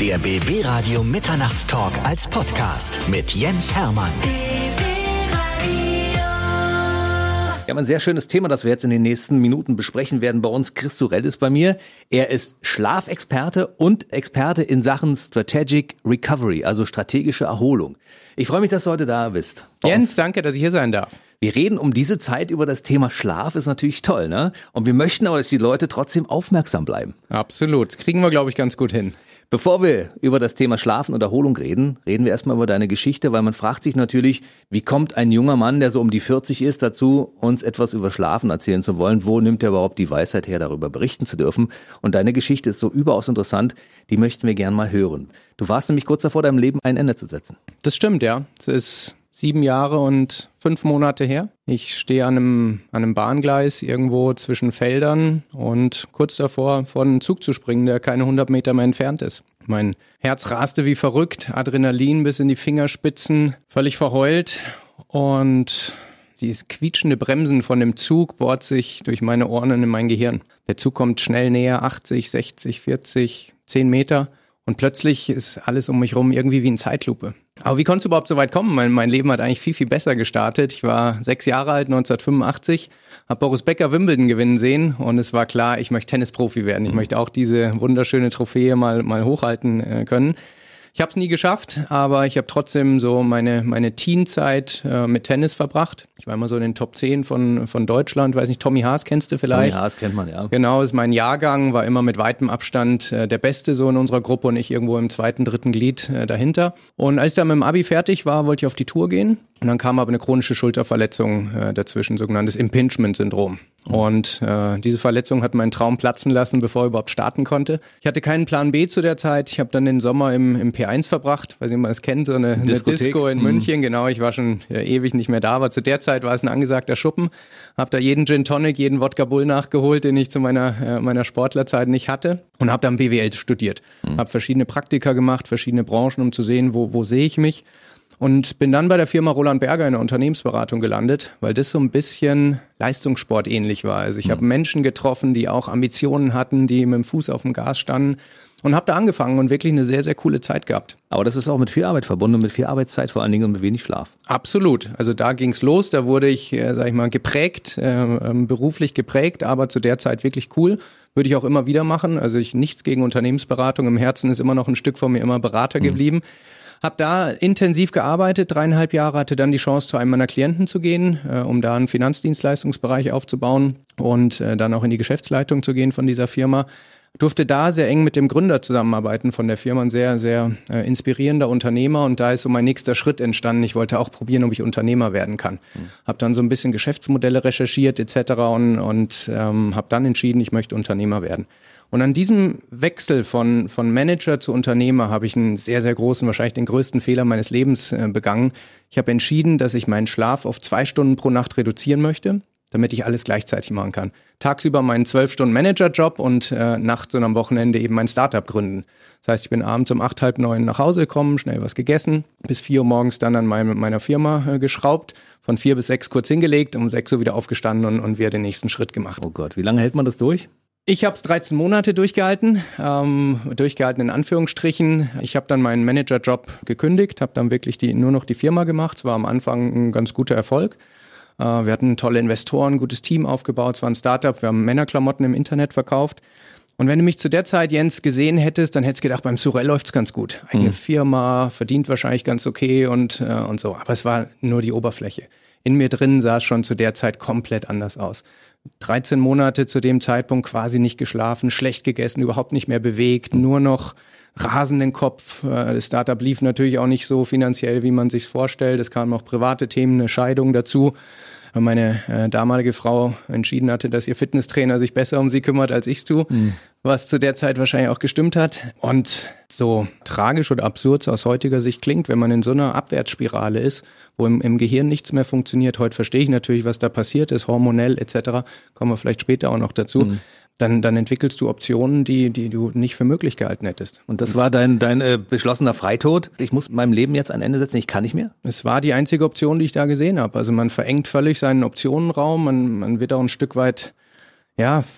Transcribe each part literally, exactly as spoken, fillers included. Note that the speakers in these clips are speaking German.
Der B B-Radio Mitternachtstalk als Podcast mit Jens Hermann. Wir haben ein sehr schönes Thema, das wir jetzt in den nächsten Minuten besprechen werden. Bei uns Chris Sorell ist bei mir. Er ist Schlafexperte und Experte in Sachen Strategic Recovery, also strategische Erholung. Ich freue mich, dass du heute da bist. Jens, danke, dass ich hier sein darf. Wir reden um diese Zeit über das Thema Schlaf, ist natürlich toll, ne? Und wir möchten aber, dass die Leute trotzdem aufmerksam bleiben. Absolut, das kriegen wir, glaube ich, ganz gut hin. Bevor wir über das Thema Schlafen und Erholung reden, reden wir erstmal über deine Geschichte, weil man fragt sich natürlich, wie kommt ein junger Mann, der so um die vierzig ist, dazu, uns etwas über Schlafen erzählen zu wollen? Wo nimmt er überhaupt die Weisheit her, darüber berichten zu dürfen? Und deine Geschichte ist so überaus interessant, die möchten wir gern mal hören. Du warst nämlich kurz davor, deinem Leben ein Ende zu setzen. Das stimmt, ja. Es ist sieben Jahre und fünf Monate her. Ich stehe an einem, an einem Bahngleis irgendwo zwischen Feldern und kurz davor, vor einen Zug zu springen, der keine hundert Meter mehr entfernt ist. Mein Herz raste wie verrückt, Adrenalin bis in die Fingerspitzen, völlig verheult und dieses quietschende Bremsen von dem Zug bohrt sich durch meine Ohren in mein Gehirn. Der Zug kommt schnell näher, achtzig, sechzig, vierzig, zehn Meter. Und plötzlich ist alles um mich rum irgendwie wie in Zeitlupe. Aber wie konnte es überhaupt so weit kommen? Mein, mein Leben hat eigentlich viel, viel besser gestartet. Ich war sechs Jahre alt, neunzehnhundertfünfundachtzig, habe Boris Becker Wimbledon gewinnen sehen und es war klar, ich möchte Tennisprofi werden. Ich möchte auch diese wunderschöne Trophäe mal, mal hochhalten äh, können. Ich habe es nie geschafft, aber ich habe trotzdem so meine meine Teenzeit äh, mit Tennis verbracht. Ich war immer so in den Top zehn von von Deutschland. Weiß nicht, Tommy Haas kennst du vielleicht? Tommy Haas kennt man, ja. Genau, ist mein Jahrgang, war immer mit weitem Abstand äh, der Beste so in unserer Gruppe und ich irgendwo im zweiten, dritten Glied äh, dahinter. Und als ich dann mit dem Abi fertig war, wollte ich auf die Tour gehen. Und dann kam aber eine chronische Schulterverletzung äh, dazwischen, sogenanntes Impingement-Syndrom. Und äh, diese Verletzung hat meinen Traum platzen lassen, bevor ich überhaupt starten konnte. Ich hatte keinen Plan B zu der Zeit. Ich habe dann den Sommer im, im P eins verbracht, weiß nicht, ob man das kennt, so eine, eine Disco in München. Mhm. Genau, ich war schon ja, ewig nicht mehr da, aber zu der Zeit war es ein angesagter Schuppen. Habe da jeden Gin Tonic, jeden Wodka Bull nachgeholt, den ich zu meiner äh, meiner Sportlerzeit nicht hatte. Und habe dann B W L studiert. Mhm. Habe verschiedene Praktika gemacht, verschiedene Branchen, um zu sehen, wo wo sehe ich mich. Und bin dann bei der Firma Roland Berger in der Unternehmensberatung gelandet, weil das so ein bisschen Leistungssport ähnlich war. Also ich mhm. habe Menschen getroffen, die auch Ambitionen hatten, die mit dem Fuß auf dem Gas standen und habe da angefangen und wirklich eine sehr, sehr coole Zeit gehabt. Aber das ist auch mit viel Arbeit verbunden und mit viel Arbeitszeit vor allen Dingen und mit wenig Schlaf. Absolut. Also da ging's los, da wurde ich, äh, sag ich mal, geprägt, äh, beruflich geprägt, aber zu der Zeit wirklich cool. Würde ich auch immer wieder machen. Also ich nichts gegen Unternehmensberatung. Im Herzen ist immer noch ein Stück von mir immer Berater mhm. geblieben. Hab da intensiv gearbeitet, dreieinhalb Jahre, hatte dann die Chance, zu einem meiner Klienten zu gehen, äh, um da einen Finanzdienstleistungsbereich aufzubauen und äh, dann auch in die Geschäftsleitung zu gehen von dieser Firma. Durfte da sehr eng mit dem Gründer zusammenarbeiten von der Firma, ein sehr, sehr äh, inspirierender Unternehmer und da ist so mein nächster Schritt entstanden. Ich wollte auch probieren, ob ich Unternehmer werden kann. Mhm. Hab dann so ein bisschen Geschäftsmodelle recherchiert et cetera und, und ähm, habe dann entschieden, ich möchte Unternehmer werden. Und an diesem Wechsel von, von Manager zu Unternehmer habe ich einen sehr, sehr großen, wahrscheinlich den größten Fehler meines Lebens äh, begangen. Ich habe entschieden, dass ich meinen Schlaf auf zwei Stunden pro Nacht reduzieren möchte, damit ich alles gleichzeitig machen kann. Tagsüber meinen zwölf Stunden Managerjob und äh, nachts und am Wochenende eben mein Startup gründen. Das heißt, ich bin abends um acht, halb neun nach Hause gekommen, schnell was gegessen, bis vier Uhr morgens dann an meinem, meiner Firma äh, geschraubt, von vier bis sechs kurz hingelegt, um sechs Uhr wieder aufgestanden und, und wieder den nächsten Schritt gemacht. Oh Gott, wie lange hält man das durch? Ich habe es dreizehn Monate durchgehalten, ähm, durchgehalten in Anführungsstrichen. Ich habe dann meinen Managerjob gekündigt, habe dann wirklich die, nur noch die Firma gemacht. Es war am Anfang ein ganz guter Erfolg. Äh, wir hatten tolle Investoren, gutes Team aufgebaut. Es war ein Startup, wir haben Männerklamotten im Internet verkauft. Und wenn du mich zu der Zeit, Jens, gesehen hättest, dann hättest du gedacht, beim Sorell läuft's ganz gut. Eigene mhm. Firma, verdient wahrscheinlich ganz okay und, äh, und so. Aber es war nur die Oberfläche. In mir drin sah es schon zu der Zeit komplett anders aus. dreizehn Monate zu dem Zeitpunkt quasi nicht geschlafen, schlecht gegessen, überhaupt nicht mehr bewegt, nur noch rasenden Kopf. Das Startup lief natürlich auch nicht so finanziell, wie man sich's vorstellt. Es kamen auch private Themen, eine Scheidung dazu. Meine äh, damalige Frau entschieden hatte, dass ihr Fitnesstrainer sich besser um sie kümmert, als ich's tue, mhm. was zu der Zeit wahrscheinlich auch gestimmt hat. Und so tragisch oder absurd es aus heutiger Sicht klingt, wenn man in so einer Abwärtsspirale ist, wo im, im Gehirn nichts mehr funktioniert, heute verstehe ich natürlich, was da passiert ist, hormonell et cetera, kommen wir vielleicht später auch noch dazu, mhm. dann, dann entwickelst du Optionen, die, die du nicht für möglich gehalten hättest. Und das war dein, dein äh, beschlossener Freitod? Ich muss meinem Leben jetzt ein Ende setzen, ich kann nicht mehr? Es war die einzige Option, die ich da gesehen habe. Also man verengt völlig seinen Optionenraum, man, man wird auch ein Stück weit, ja,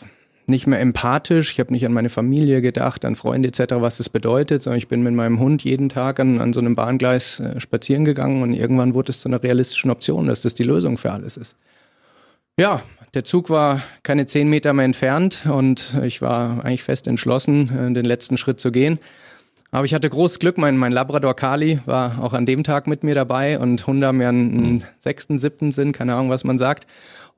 nicht mehr empathisch, ich habe nicht an meine Familie gedacht, an Freunde et cetera, was das bedeutet, sondern ich bin mit meinem Hund jeden Tag an, an so einem Bahngleis äh, spazieren gegangen und irgendwann wurde es zu einer realistischen Option, dass das die Lösung für alles ist. Ja, der Zug war keine zehn Meter mehr entfernt und ich war eigentlich fest entschlossen, äh, den letzten Schritt zu gehen. Aber ich hatte großes Glück, mein, mein Labrador Kali war auch an dem Tag mit mir dabei und Hunde haben ja einen, einen sechsten, siebten Sinn, keine Ahnung, was man sagt.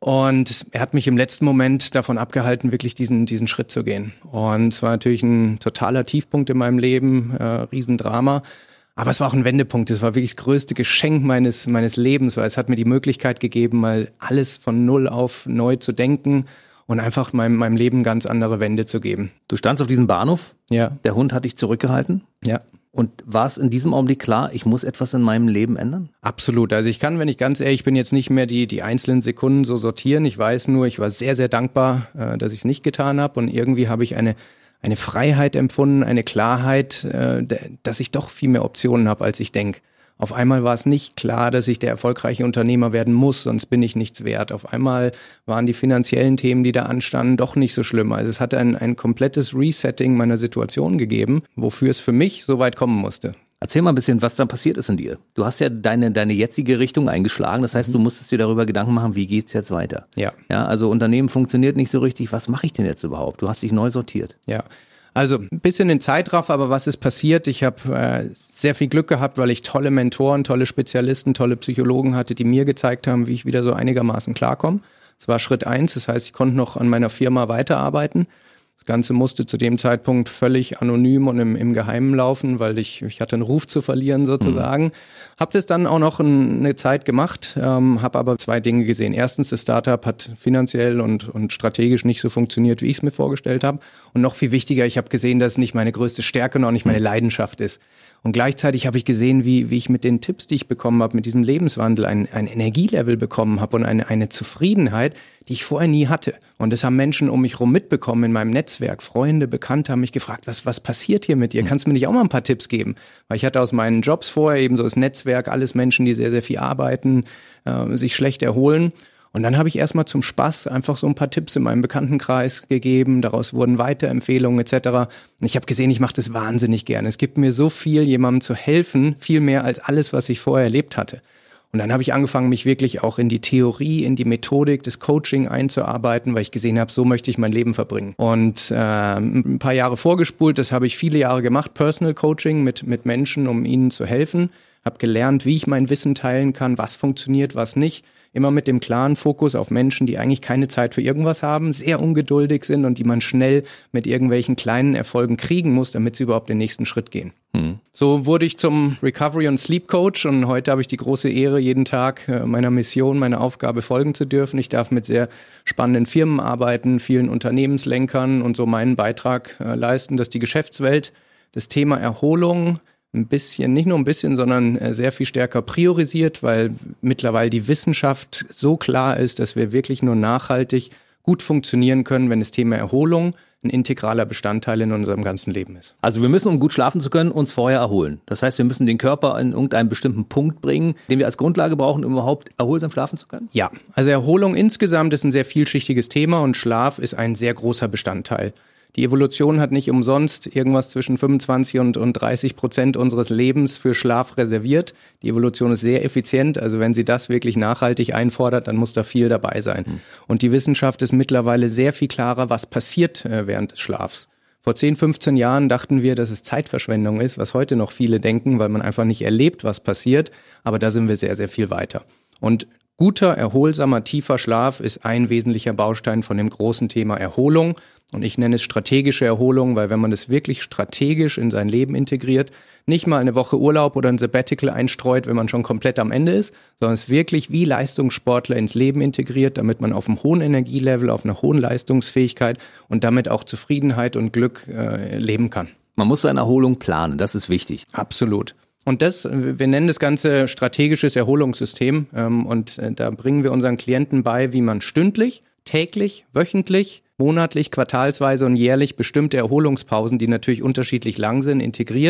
Und er hat mich im letzten Moment davon abgehalten, wirklich diesen, diesen Schritt zu gehen. Und es war natürlich ein totaler Tiefpunkt in meinem Leben, äh, Riesendrama. Aber es war auch ein Wendepunkt. Es war wirklich das größte Geschenk meines, meines Lebens, weil es hat mir die Möglichkeit gegeben, mal alles von Null auf neu zu denken und einfach meinem, meinem Leben ganz andere Wende zu geben. Du standst auf diesem Bahnhof, ja. Der Hund hat dich zurückgehalten. Ja. Und war es in diesem Augenblick klar, ich muss etwas in meinem Leben ändern? Absolut. Also ich kann, wenn ich ganz ehrlich bin, jetzt nicht mehr die, die einzelnen Sekunden so sortieren. Ich weiß nur, ich war sehr, sehr dankbar, äh, dass ich es nicht getan habe. Und irgendwie habe ich eine, eine Freiheit empfunden, eine Klarheit, äh, dass ich doch viel mehr Optionen habe, als ich denke. Auf einmal war es nicht klar, dass ich der erfolgreiche Unternehmer werden muss, sonst bin ich nichts wert. Auf einmal waren die finanziellen Themen, die da anstanden, doch nicht so schlimm. Also es hat ein, ein komplettes Resetting meiner Situation gegeben, wofür es für mich so weit kommen musste. Erzähl mal ein bisschen, was da passiert ist in dir. Du hast ja deine, deine jetzige Richtung eingeschlagen. Das heißt, du musstest dir darüber Gedanken machen, wie geht's jetzt weiter? Ja. Ja, also Unternehmen funktioniert nicht so richtig. Was mache ich denn jetzt überhaupt? Du hast dich neu sortiert. Ja. Also ein bisschen in Zeitraffer, aber was ist passiert? Ich habe äh, sehr viel Glück gehabt, weil ich tolle Mentoren, tolle Spezialisten, tolle Psychologen hatte, die mir gezeigt haben, wie ich wieder so einigermaßen klarkomme. Das war Schritt eins, das heißt, ich konnte noch an meiner Firma weiterarbeiten. Das Ganze musste zu dem Zeitpunkt völlig anonym und im, im Geheimen laufen, weil ich, ich hatte einen Ruf zu verlieren sozusagen. Mhm. Habe das dann auch noch ein, eine Zeit gemacht, ähm, habe aber zwei Dinge gesehen. Erstens, das Startup hat finanziell und, und strategisch nicht so funktioniert, wie ich es mir vorgestellt habe. Und noch viel wichtiger, ich habe gesehen, dass es nicht meine größte Stärke und auch nicht meine Leidenschaft ist. Und gleichzeitig habe ich gesehen, wie, wie ich mit den Tipps, die ich bekommen habe, mit diesem Lebenswandel ein, ein Energielevel bekommen habe und eine, eine Zufriedenheit, die ich vorher nie hatte. Und das haben Menschen um mich herum mitbekommen in meinem Netzwerk. Freunde, Bekannte haben mich gefragt, was, was passiert hier mit dir? Kannst du mir nicht auch mal ein paar Tipps geben? Weil ich hatte aus meinen Jobs vorher eben so das Netzwerk, alles Menschen, die sehr, sehr viel arbeiten, äh, sich schlecht erholen. Und dann habe ich erstmal zum Spaß einfach so ein paar Tipps in meinem Bekanntenkreis gegeben. Daraus wurden Weiterempfehlungen et cetera. Und ich habe gesehen, ich mache das wahnsinnig gerne. Es gibt mir so viel, jemandem zu helfen, viel mehr als alles, was ich vorher erlebt hatte. Und dann habe ich angefangen, mich wirklich auch in die Theorie, in die Methodik des Coaching einzuarbeiten, weil ich gesehen habe, so möchte ich mein Leben verbringen. Und äh, ein paar Jahre vorgespult, das habe ich viele Jahre gemacht, Personal Coaching mit, mit Menschen, um ihnen zu helfen. Habe gelernt, wie ich mein Wissen teilen kann, was funktioniert, was nicht. Immer mit dem klaren Fokus auf Menschen, die eigentlich keine Zeit für irgendwas haben, sehr ungeduldig sind und die man schnell mit irgendwelchen kleinen Erfolgen kriegen muss, damit sie überhaupt den nächsten Schritt gehen. Mhm. So wurde ich zum Recovery- und Sleep Coach und heute habe ich die große Ehre, jeden Tag meiner Mission, meiner Aufgabe folgen zu dürfen. Ich darf mit sehr spannenden Firmen arbeiten, vielen Unternehmenslenkern und so meinen Beitrag äh, leisten, dass die Geschäftswelt das Thema Erholung ein bisschen, nicht nur ein bisschen, sondern sehr viel stärker priorisiert, weil mittlerweile die Wissenschaft so klar ist, dass wir wirklich nur nachhaltig gut funktionieren können, wenn das Thema Erholung ein integraler Bestandteil in unserem ganzen Leben ist. Also wir müssen, um gut schlafen zu können, uns vorher erholen. Das heißt, wir müssen den Körper an irgendeinen bestimmten Punkt bringen, den wir als Grundlage brauchen, um überhaupt erholsam schlafen zu können? Ja, also Erholung insgesamt ist ein sehr vielschichtiges Thema und Schlaf ist ein sehr großer Bestandteil. Die Evolution hat nicht umsonst irgendwas zwischen fünfundzwanzig und, und dreißig Prozent unseres Lebens für Schlaf reserviert. Die Evolution ist sehr effizient, also wenn sie das wirklich nachhaltig einfordert, dann muss da viel dabei sein. Mhm. Und die Wissenschaft ist mittlerweile sehr viel klarer, was passiert äh, während des Schlafs. Vor zehn, fünfzehn Jahren dachten wir, dass es Zeitverschwendung ist, was heute noch viele denken, weil man einfach nicht erlebt, was passiert. Aber da sind wir sehr, sehr viel weiter. Und guter, erholsamer, tiefer Schlaf ist ein wesentlicher Baustein von dem großen Thema Erholung. Und ich nenne es strategische Erholung, weil wenn man das wirklich strategisch in sein Leben integriert, nicht mal eine Woche Urlaub oder ein Sabbatical einstreut, wenn man schon komplett am Ende ist, sondern es wirklich wie Leistungssportler ins Leben integriert, damit man auf einem hohen Energielevel, auf einer hohen Leistungsfähigkeit und damit auch Zufriedenheit und Glück äh, leben kann. Man muss seine Erholung planen, das ist wichtig. Absolut. Und das, wir nennen das Ganze strategisches Erholungssystem ähm, und äh, da bringen wir unseren Klienten bei, wie man stündlich, täglich, wöchentlich, monatlich, quartalsweise und jährlich bestimmte Erholungspausen, die natürlich unterschiedlich lang sind, integriert,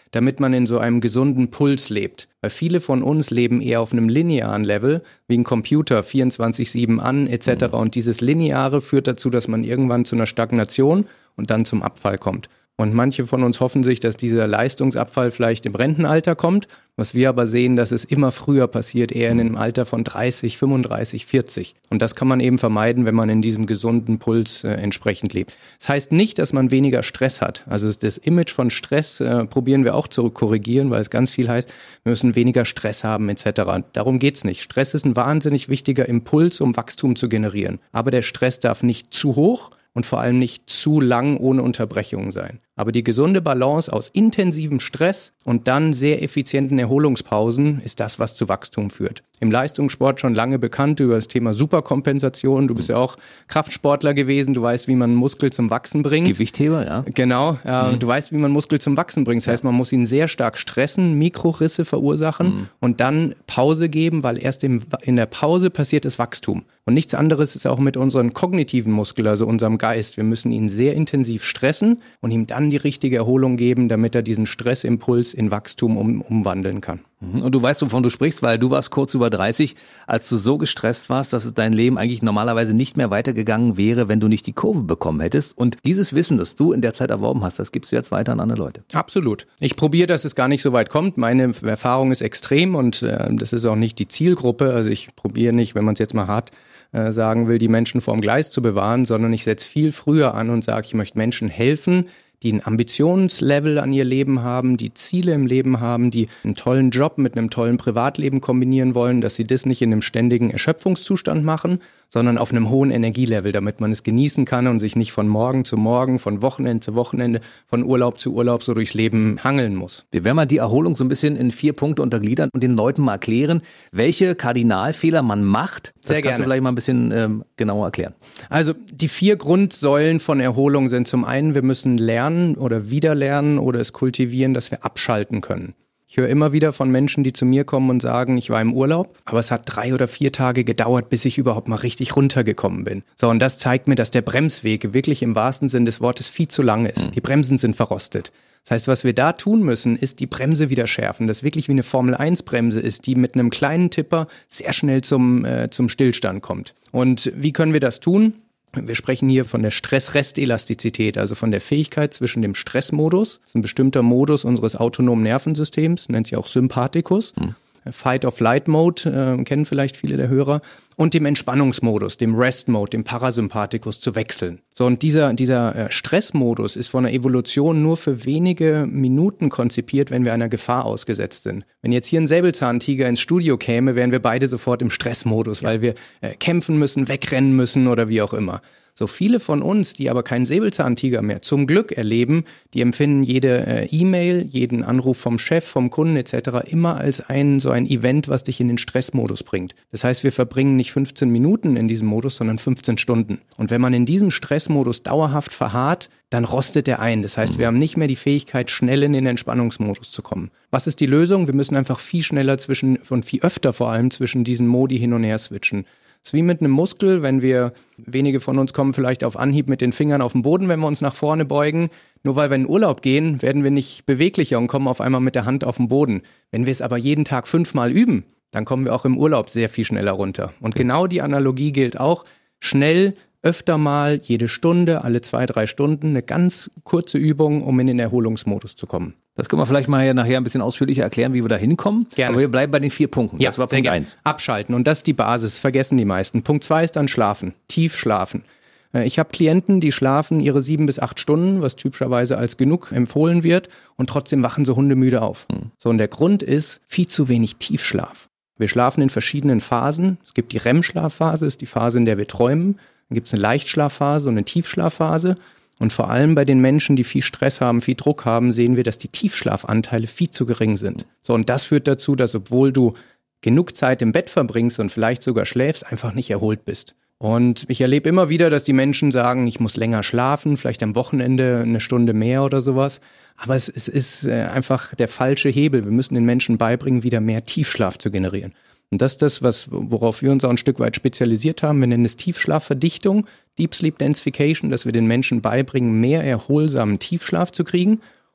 damit man in so einem gesunden Puls lebt. Weil viele von uns leben eher auf einem linearen Level, wie ein Computer, vierundzwanzig sieben an et cetera. Und dieses Lineare führt dazu, dass man irgendwann zu einer Stagnation und dann zum Abfall kommt. Und manche von uns hoffen sich, dass dieser Leistungsabfall vielleicht im Rentenalter kommt, was wir aber sehen, dass es immer früher passiert, eher in einem Alter von dreißig, fünfunddreißig, vierzig. Und das kann man eben vermeiden, wenn man in diesem gesunden Puls äh, entsprechend lebt. Das heißt nicht, dass man weniger Stress hat. Also das Image von Stress äh, probieren wir auch zu korrigieren, weil es ganz viel heißt, wir müssen weniger Stress haben et cetera. Darum geht's nicht. Stress ist ein wahnsinnig wichtiger Impuls, um Wachstum zu generieren. Aber der Stress darf nicht zu hoch und vor allem nicht zu lang ohne Unterbrechungen sein. Aber die gesunde Balance aus intensivem Stress und dann sehr effizienten Erholungspausen ist das, was zu Wachstum führt. Im Leistungssport schon lange bekannt über das Thema Superkompensation. Du bist ja auch Kraftsportler gewesen. Du weißt, wie man Muskel zum Wachsen bringt. Gewichtheber, ja. Genau. Äh, mhm. Du weißt, wie man Muskel zum Wachsen bringt. Das heißt, man muss ihn sehr stark stressen, Mikrorisse verursachen mhm. und dann Pause geben, weil erst im, in der Pause passiert das Wachstum. Und nichts anderes ist auch mit unseren kognitiven Muskeln, also unserem Geist. Wir müssen ihn sehr intensiv stressen und ihm dann die richtige Erholung geben, damit er diesen Stressimpuls in Wachstum um, umwandeln kann. Und du weißt, wovon du sprichst, weil du warst kurz über dreißig, als du so gestresst warst, dass es dein Leben eigentlich normalerweise nicht mehr weitergegangen wäre, wenn du nicht die Kurve bekommen hättest. Und dieses Wissen, das du in der Zeit erworben hast, das gibst du jetzt weiter an andere Leute. Absolut. Ich probiere, dass es gar nicht so weit kommt. Meine Erfahrung ist extrem und äh, das ist auch nicht die Zielgruppe. Also ich probiere nicht, wenn man es jetzt mal hart äh, sagen will, die Menschen vorm Gleis zu bewahren, sondern ich setze viel früher an und sage, ich möchte Menschen helfen, die ein Ambitionslevel an ihr Leben haben, die Ziele im Leben haben, die einen tollen Job mit einem tollen Privatleben kombinieren wollen, dass sie das nicht in einem ständigen Erschöpfungszustand machen, sondern auf einem hohen Energielevel, damit man es genießen kann und sich nicht von Morgen zu Morgen, von Wochenende zu Wochenende, von Urlaub zu Urlaub so durchs Leben hangeln muss. Wir werden mal die Erholung so ein bisschen in vier Punkte untergliedern und den Leuten mal erklären, welche Kardinalfehler man macht. Das Sehr kannst gerne. du vielleicht mal ein bisschen ähm, genauer erklären. Also die vier Grundsäulen von Erholung sind zum einen, wir müssen lernen oder wieder lernen oder es kultivieren, dass wir abschalten können. Ich höre immer wieder von Menschen, die zu mir kommen und sagen, ich war im Urlaub, aber es hat drei oder vier Tage gedauert, bis ich überhaupt mal richtig runtergekommen bin. So, und das zeigt mir, dass der Bremsweg wirklich im wahrsten Sinn des Wortes viel zu lang ist. Die Bremsen sind verrostet. Das heißt, was wir da tun müssen, ist die Bremse wieder schärfen, das wirklich wie eine Formel eins Bremse ist, die mit einem kleinen Tipper sehr schnell zum, äh, zum Stillstand kommt. Und wie können wir das tun? Wir sprechen hier von der Stress-Rest-Elastizität, also von der Fähigkeit zwischen dem Stressmodus, das ist ein bestimmter Modus unseres autonomen Nervensystems, nennt sich auch Sympathikus, hm. Fight-of-Flight-Mode, äh, kennen vielleicht viele der Hörer, und dem Entspannungsmodus, dem Rest-Mode, dem Parasympathikus zu wechseln. So, und dieser, dieser äh, Stressmodus ist von der Evolution nur für wenige Minuten konzipiert, wenn wir einer Gefahr ausgesetzt sind. Wenn jetzt hier ein Säbelzahntiger ins Studio käme, wären wir beide sofort im Stressmodus, weil wir äh, kämpfen müssen, wegrennen müssen oder wie auch immer. So viele von uns, die aber keinen Säbelzahntiger mehr zum Glück erleben, die empfinden jede äh, E-Mail, jeden Anruf vom Chef, vom Kunden et cetera immer als ein so ein Event, was dich in den Stressmodus bringt. Das heißt, wir verbringen nicht fünfzehn Minuten in diesem Modus, sondern fünfzehn Stunden. Und wenn man in diesem Stressmodus dauerhaft verharrt, dann rostet er ein. Das heißt, wir haben nicht mehr die Fähigkeit, schnell in den Entspannungsmodus zu kommen. Was ist die Lösung? Wir müssen einfach viel schneller zwischen und viel öfter vor allem zwischen diesen Modi hin und her switchen. Es ist wie mit einem Muskel, wenn wir, wenige von uns kommen vielleicht auf Anhieb mit den Fingern auf den Boden, wenn wir uns nach vorne beugen. Nur weil wir in Urlaub gehen, werden wir nicht beweglicher und kommen auf einmal mit der Hand auf den Boden. Wenn wir es aber jeden Tag fünfmal üben, dann kommen wir auch im Urlaub sehr viel schneller runter. Und genau die Analogie gilt auch. Schnell, öfter mal, jede Stunde, alle zwei, drei Stunden, eine ganz kurze Übung, um in den Erholungsmodus zu kommen. Das können wir vielleicht mal nachher ein bisschen ausführlicher erklären, wie wir da hinkommen. Gerne. Aber wir bleiben bei den vier Punkten. Ja, das war Punkt eins. Abschalten. Und das ist die Basis, vergessen die meisten. Punkt zwei ist dann Schlafen, tief schlafen. Ich habe Klienten, die schlafen ihre sieben bis acht Stunden, was typischerweise als genug empfohlen wird, und trotzdem wachen sie hundemüde auf. Hm. So, und der Grund ist viel zu wenig Tiefschlaf. Wir schlafen in verschiedenen Phasen. Es gibt die R E M-Schlafphase, ist die Phase, in der wir träumen. Dann gibt es eine Leichtschlafphase und eine Tiefschlafphase. Und vor allem bei den Menschen, die viel Stress haben, viel Druck haben, sehen wir, dass die Tiefschlafanteile viel zu gering sind. So, und das führt dazu, dass obwohl du genug Zeit im Bett verbringst und vielleicht sogar schläfst, einfach nicht erholt bist. Und ich erlebe immer wieder, dass die Menschen sagen, ich muss länger schlafen, vielleicht am Wochenende eine Stunde mehr oder sowas. Aber es, es ist einfach der falsche Hebel. Wir müssen den Menschen beibringen, wieder mehr Tiefschlaf zu generieren. Und das ist das, was, worauf wir uns auch ein Stück weit spezialisiert haben. Wir nennen es Tiefschlafverdichtung, Deep Sleep Densification, dass wir den Menschen beibringen, mehr erholsamen Tiefschlaf zu kriegen.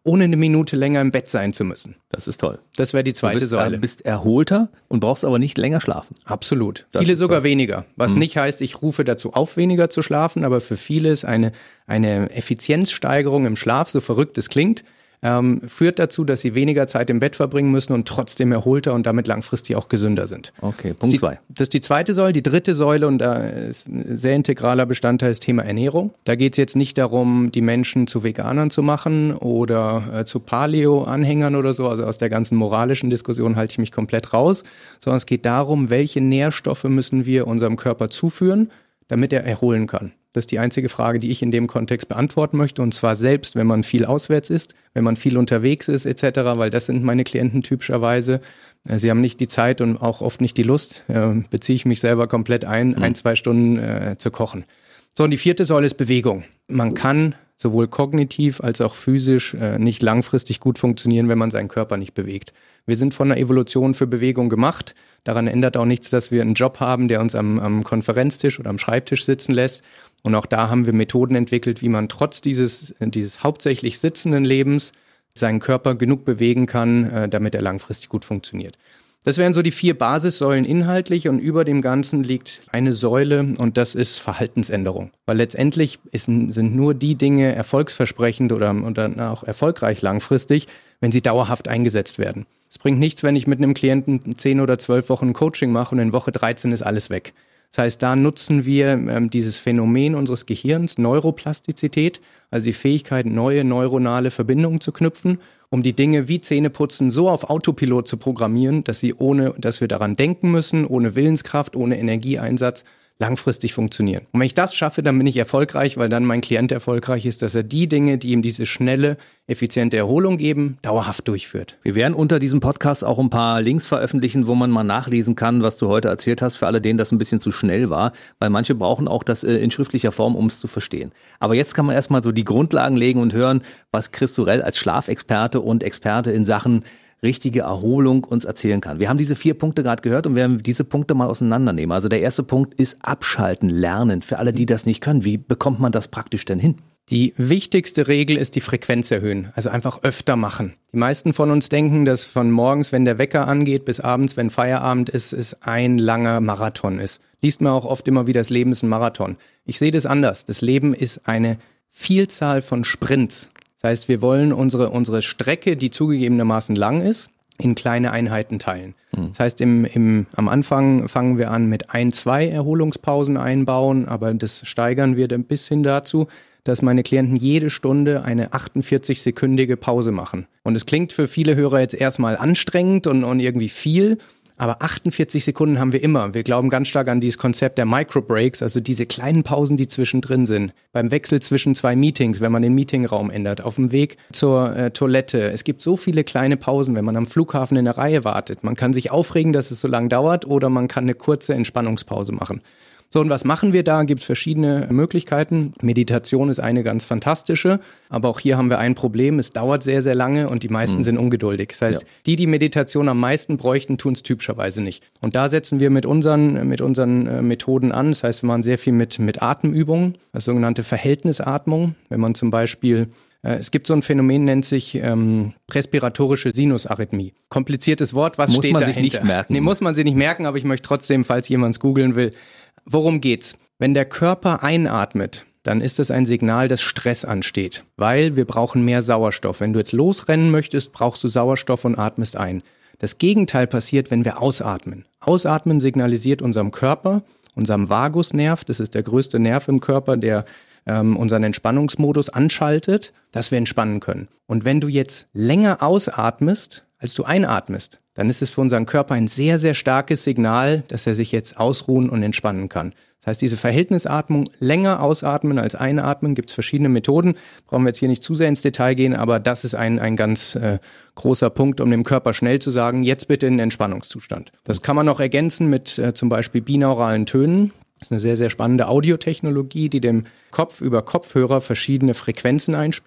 ohne eine Minute länger im Bett sein zu müssen. Das ist toll. Das wäre die zweite du bist, Säule. Du bist erholter und brauchst aber nicht länger schlafen. Absolut. Das viele ist sogar toll. weniger. Was Mhm. nicht heißt, ich rufe dazu auf, weniger zu schlafen, aber für viele ist eine, eine Effizienzsteigerung im Schlaf, so verrückt es klingt, ähm, führt dazu, dass sie weniger Zeit im Bett verbringen müssen und trotzdem erholter und damit langfristig auch gesünder sind. Okay, Punkt zwei. Das ist die zweite Säule. Die dritte Säule, und da ist ein sehr integraler Bestandteil, das Thema Ernährung. Da geht es jetzt nicht darum, die Menschen zu Veganern zu machen oder äh, zu Paleo-Anhängern oder so. Also aus der ganzen moralischen Diskussion halte ich mich komplett raus. Sondern es geht darum, welche Nährstoffe müssen wir unserem Körper zuführen, damit er erholen kann. Das ist die einzige Frage, die ich in dem Kontext beantworten möchte. Und zwar selbst, wenn man viel auswärts ist, wenn man viel unterwegs ist et cetera, weil das sind meine Klienten typischerweise. Sie haben nicht die Zeit und auch oft nicht die Lust, äh, beziehe ich mich selber komplett ein, mhm. ein, zwei Stunden äh, zu kochen. So, und die vierte Säule ist Bewegung. Man kann sowohl kognitiv als auch physisch äh, nicht langfristig gut funktionieren, wenn man seinen Körper nicht bewegt. Wir sind von der Evolution für Bewegung gemacht. Daran ändert auch nichts, dass wir einen Job haben, der uns am, am Konferenztisch oder am Schreibtisch sitzen lässt. Und auch da haben wir Methoden entwickelt, wie man trotz dieses, dieses hauptsächlich sitzenden Lebens seinen Körper genug bewegen kann, äh, damit er langfristig gut funktioniert. Das wären so die vier Basissäulen inhaltlich und über dem Ganzen liegt eine Säule und das ist Verhaltensänderung. Weil letztendlich ist, sind nur die Dinge erfolgsversprechend oder, oder auch erfolgreich langfristig, wenn sie dauerhaft eingesetzt werden. Es bringt nichts, wenn ich mit einem Klienten zehn oder zwölf Wochen Coaching mache und in Woche dreizehn ist alles weg. Das heißt, da nutzen wir ähm, dieses Phänomen unseres Gehirns, Neuroplastizität, also die Fähigkeit, neue neuronale Verbindungen zu knüpfen, um die Dinge wie Zähneputzen so auf Autopilot zu programmieren, dass sie ohne, dass wir daran denken müssen, ohne Willenskraft, ohne Energieeinsatz, langfristig funktionieren. Und wenn ich das schaffe, dann bin ich erfolgreich, weil dann mein Klient erfolgreich ist, dass er die Dinge, die ihm diese schnelle, effiziente Erholung geben, dauerhaft durchführt. Wir werden unter diesem Podcast auch ein paar Links veröffentlichen, wo man mal nachlesen kann, was du heute erzählt hast, für alle, denen das ein bisschen zu schnell war, weil manche brauchen auch das in schriftlicher Form, um es zu verstehen. Aber jetzt kann man erstmal so die Grundlagen legen und hören, was Chris Sorel als Schlafexperte und Experte in Sachen richtige Erholung uns erzählen kann. Wir haben diese vier Punkte gerade gehört und wir werden diese Punkte mal auseinandernehmen. Also der erste Punkt ist Abschalten, Lernen. Für alle, die das nicht können, wie bekommt man das praktisch denn hin? Die wichtigste Regel ist die Frequenz erhöhen, also einfach öfter machen. Die meisten von uns denken, dass von morgens, wenn der Wecker angeht, bis abends, wenn Feierabend ist, es ein langer Marathon ist. Liest man auch oft immer wieder, das Leben ist ein Marathon. Ich sehe das anders. Das Leben ist eine Vielzahl von Sprints. Das heißt, wir wollen unsere, unsere Strecke, die zugegebenermaßen lang ist, in kleine Einheiten teilen. Mhm. Das heißt, im, im, am Anfang fangen wir an mit ein, zwei Erholungspausen einbauen, aber das steigern wir dann bis hin dazu, dass meine Klienten jede Stunde eine achtundvierzig-sekündige Pause machen. Und es klingt für viele Hörer jetzt erstmal anstrengend und, und irgendwie viel, aber achtundvierzig Sekunden haben wir immer. Wir glauben ganz stark an dieses Konzept der Microbreaks, also diese kleinen Pausen, die zwischendrin sind. Beim Wechsel zwischen zwei Meetings, wenn man den Meetingraum ändert, auf dem Weg zur äh, Toilette. Es gibt so viele kleine Pausen, wenn man am Flughafen in der Reihe wartet. Man kann sich aufregen, dass es so lange dauert, oder man kann eine kurze Entspannungspause machen. So, und was machen wir da? Gibt es verschiedene Möglichkeiten. Meditation ist eine ganz fantastische, aber auch hier haben wir ein Problem. Es dauert sehr, sehr lange und die meisten mhm. sind ungeduldig. Das heißt, ja. die, die Meditation am meisten bräuchten, tun es typischerweise nicht. Und da setzen wir mit unseren, mit unseren äh, Methoden an. Das heißt, wir machen sehr viel mit, mit Atemübungen, das sogenannte Verhältnisatmung. Wenn man zum Beispiel äh, es gibt so ein Phänomen, nennt sich ähm, respiratorische Sinusarrhythmie. Kompliziertes Wort, was muss steht dahinter? Muss man sich nicht merken. Nee, muss man sich nicht merken, aber ich möchte trotzdem, falls jemand es googeln will, worum geht's? Wenn der Körper einatmet, dann ist es ein Signal, dass Stress ansteht, weil wir brauchen mehr Sauerstoff. Wenn du jetzt losrennen möchtest, brauchst du Sauerstoff und atmest ein. Das Gegenteil passiert, wenn wir ausatmen. Ausatmen signalisiert unserem Körper, unserem Vagusnerv, das ist der größte Nerv im Körper, der ähm, unseren Entspannungsmodus anschaltet, dass wir entspannen können. Und wenn du jetzt länger ausatmest, als du einatmest, dann ist es für unseren Körper ein sehr, sehr starkes Signal, dass er sich jetzt ausruhen und entspannen kann. Das heißt, diese Verhältnisatmung, länger ausatmen als einatmen, gibt es verschiedene Methoden. Brauchen wir jetzt hier nicht zu sehr ins Detail gehen, aber das ist ein, ein ganz äh, großer Punkt, um dem Körper schnell zu sagen, jetzt bitte in den Entspannungszustand. Das kann man noch ergänzen mit äh, zum Beispiel binauralen Tönen. Das ist eine sehr, sehr spannende Audiotechnologie, die dem Kopf über Kopfhörer verschiedene Frequenzen einspielt.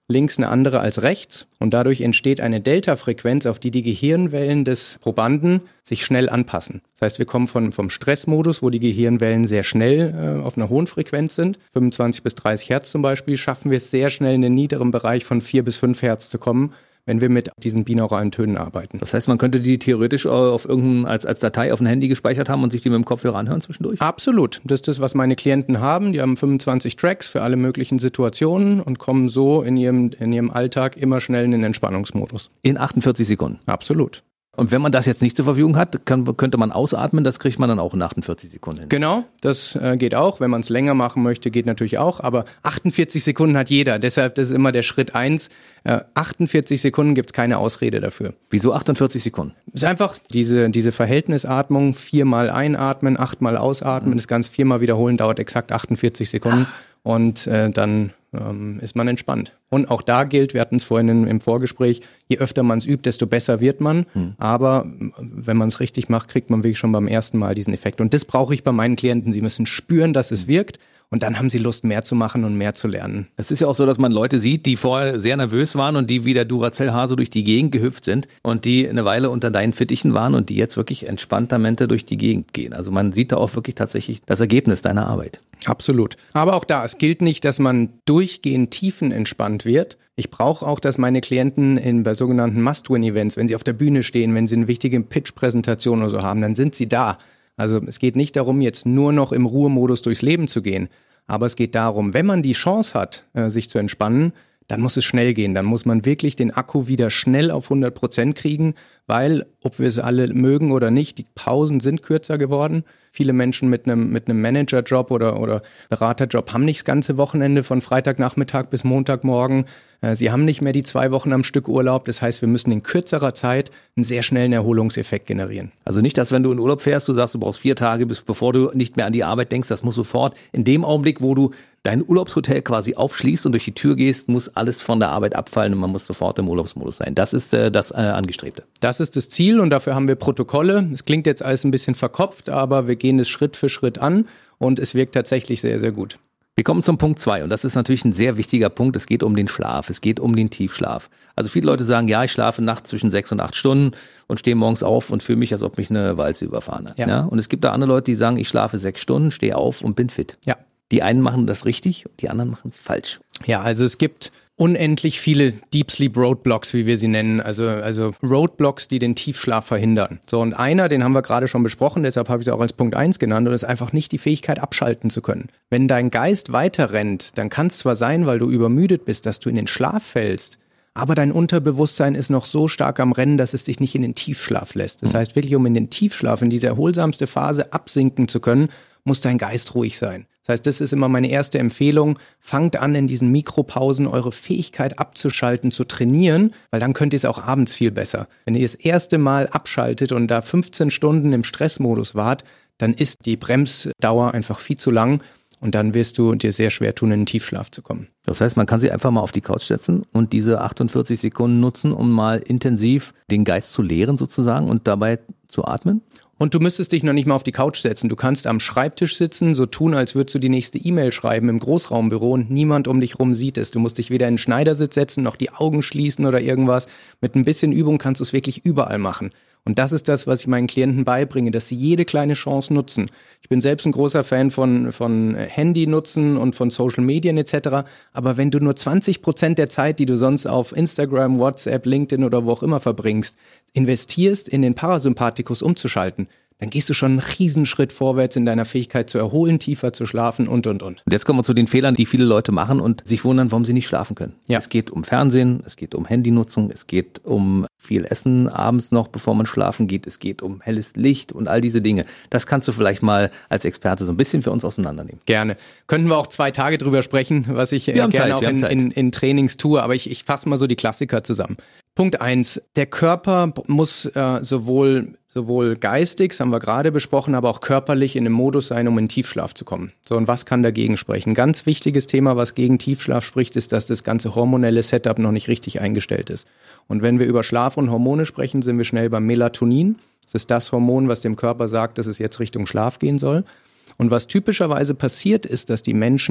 links eine andere als rechts und dadurch entsteht eine Delta-Frequenz, auf die die Gehirnwellen des Probanden sich schnell anpassen. Das heißt, wir kommen von, vom Stressmodus, wo die Gehirnwellen sehr schnell äh, auf einer hohen Frequenz sind, fünfundzwanzig bis dreißig Hertz zum Beispiel, schaffen wir es sehr schnell in den niederen Bereich von vier bis fünf Hertz zu kommen, wenn wir mit diesen binauralen Tönen arbeiten. Das heißt, man könnte die theoretisch auf irgendein, als, als Datei auf ein Handy gespeichert haben und sich die mit dem Kopfhörer anhören zwischendurch? Absolut. Das ist das, was meine Klienten haben. Die haben fünfundzwanzig Tracks für alle möglichen Situationen und kommen so in ihrem, in ihrem Alltag immer schnell in den Entspannungsmodus. In achtundvierzig Sekunden? Absolut. Und wenn man das jetzt nicht zur Verfügung hat, kann, könnte man ausatmen, das kriegt man dann auch in achtundvierzig Sekunden hin. Genau, das äh, geht auch. Wenn man es länger machen möchte, geht natürlich auch. Aber achtundvierzig Sekunden hat jeder. Deshalb, das ist immer der Schritt eins. Äh, achtundvierzig Sekunden gibt es keine Ausrede dafür. Wieso achtundvierzig Sekunden? Es ist einfach diese, diese Verhältnisatmung, viermal einatmen, achtmal ausatmen, mhm. das Ganze viermal wiederholen, dauert exakt achtundvierzig Sekunden. Und äh, dann ähm, ist man entspannt. Und auch da gilt, wir hatten es vorhin in, im Vorgespräch, je öfter man es übt, desto besser wird man. Hm. Aber wenn man es richtig macht, kriegt man wirklich schon beim ersten Mal diesen Effekt. Und das brauche ich bei meinen Klienten. Sie müssen spüren, dass es wirkt. Und dann haben sie Lust, mehr zu machen und mehr zu lernen. Es ist ja auch so, dass man Leute sieht, die vorher sehr nervös waren und die wie der Duracell-Hase durch die Gegend gehüpft sind und die eine Weile unter deinen Fittichen waren und die jetzt wirklich entspanntermente durch die Gegend gehen. Also man sieht da auch wirklich tatsächlich das Ergebnis deiner Arbeit. Absolut. Aber auch da, es gilt nicht, dass man durchgehend tiefenentspannt wird. Ich brauche auch, dass meine Klienten in, bei sogenannten Must-Win-Events, wenn sie auf der Bühne stehen, wenn sie eine wichtige Pitch-Präsentation oder so haben, dann sind sie da. Also es geht nicht darum, jetzt nur noch im Ruhemodus durchs Leben zu gehen. Aber es geht darum, wenn man die Chance hat, sich zu entspannen, dann muss es schnell gehen. Dann muss man wirklich den Akku wieder schnell auf hundert Prozent kriegen, weil, ob wir es alle mögen oder nicht, die Pausen sind kürzer geworden. Viele Menschen mit einem mit einem Managerjob oder, oder Beraterjob haben nicht das ganze Wochenende von Freitagnachmittag bis Montagmorgen. Sie haben nicht mehr die zwei Wochen am Stück Urlaub. Das heißt, wir müssen in kürzerer Zeit einen sehr schnellen Erholungseffekt generieren. Also nicht, dass wenn du in Urlaub fährst, du sagst, du brauchst vier Tage, bis, bevor du nicht mehr an die Arbeit denkst. Das muss sofort in dem Augenblick, wo du dein Urlaubshotel quasi aufschließt und durch die Tür gehst, muss alles von der Arbeit abfallen und man muss sofort im Urlaubsmodus sein. Das ist äh, das äh, Angestrebte. Das ist das Ziel und dafür haben wir Protokolle. Es klingt jetzt alles ein bisschen verkopft, aber wir gehen es Schritt für Schritt an und es wirkt tatsächlich sehr, sehr gut. Wir kommen zum Punkt zwei und das ist natürlich ein sehr wichtiger Punkt. Es geht um den Schlaf, es geht um den Tiefschlaf. Also viele Leute sagen, ja, ich schlafe nachts zwischen sechs und acht Stunden und stehe morgens auf und fühle mich, als ob mich eine Walze überfahren hat. Ja. Ja? Und es gibt da andere Leute, die sagen, ich schlafe sechs Stunden, stehe auf und bin fit. Ja. Die einen machen das richtig, die anderen machen es falsch. Ja, also es gibt unendlich viele Deep Sleep Roadblocks, wie wir sie nennen, also also Roadblocks, die den Tiefschlaf verhindern. So, und einer, den haben wir gerade schon besprochen, deshalb habe ich es auch als Punkt eins genannt, und das ist einfach nicht die Fähigkeit, abschalten zu können. Wenn dein Geist weiter rennt, dann kann es zwar sein, weil du übermüdet bist, dass du in den Schlaf fällst, aber dein Unterbewusstsein ist noch so stark am Rennen, dass es dich nicht in den Tiefschlaf lässt. Das heißt wirklich, um in den Tiefschlaf, in diese erholsamste Phase absinken zu können, muss dein Geist ruhig sein. Das heißt, das ist immer meine erste Empfehlung. Fangt an, in diesen Mikropausen eure Fähigkeit abzuschalten, zu trainieren, weil dann könnt ihr es auch abends viel besser. Wenn ihr das erste Mal abschaltet und da fünfzehn Stunden im Stressmodus wart, dann ist die Bremsdauer einfach viel zu lang und dann wirst du dir sehr schwer tun, in den Tiefschlaf zu kommen. Das heißt, man kann sich einfach mal auf die Couch setzen und diese achtundvierzig Sekunden nutzen, um mal intensiv den Geist zu leeren sozusagen und dabei zu atmen? Und du müsstest dich noch nicht mal auf die Couch setzen. Du kannst am Schreibtisch sitzen, so tun, als würdest du die nächste E-Mail schreiben im Großraumbüro und niemand um dich rum sieht es. Du musst dich weder in den Schneidersitz setzen, noch die Augen schließen oder irgendwas. Mit ein bisschen Übung kannst du es wirklich überall machen. Und das ist das, was ich meinen Klienten beibringe, dass sie jede kleine Chance nutzen. Ich bin selbst ein großer Fan von, von Handy nutzen und von Social Medien et cetera. Aber wenn du nur zwanzig Prozent der Zeit, die du sonst auf Instagram, WhatsApp, LinkedIn oder wo auch immer verbringst, investierst, in den Parasympathikus umzuschalten, dann gehst du schon einen Riesenschritt vorwärts in deiner Fähigkeit zu erholen, tiefer zu schlafen und, und, und. Und jetzt kommen wir zu den Fehlern, die viele Leute machen und sich wundern, warum sie nicht schlafen können. Ja. Es geht um Fernsehen, es geht um Handynutzung, es geht um viel Essen abends noch, bevor man schlafen geht, es geht um helles Licht und all diese Dinge. Das kannst du vielleicht mal als Experte so ein bisschen für uns auseinandernehmen. Gerne. Könnten wir auch zwei Tage drüber sprechen, was ich äh, gerne Zeit, auch in, in, in Trainings tue, aber ich, ich fasse mal so die Klassiker zusammen. Punkt eins, der Körper muss äh, sowohl sowohl geistig, das haben wir gerade besprochen, aber auch körperlich in einem Modus sein, um in Tiefschlaf zu kommen. So, und was kann dagegen sprechen? Ein ganz wichtiges Thema, was gegen Tiefschlaf spricht, ist, dass das ganze hormonelle Setup noch nicht richtig eingestellt ist. Und wenn wir über Schlaf und Hormone sprechen, sind wir schnell beim Melatonin. Das ist das Hormon, was dem Körper sagt, dass es jetzt Richtung Schlaf gehen soll. Und was typischerweise passiert, ist, dass die Menschen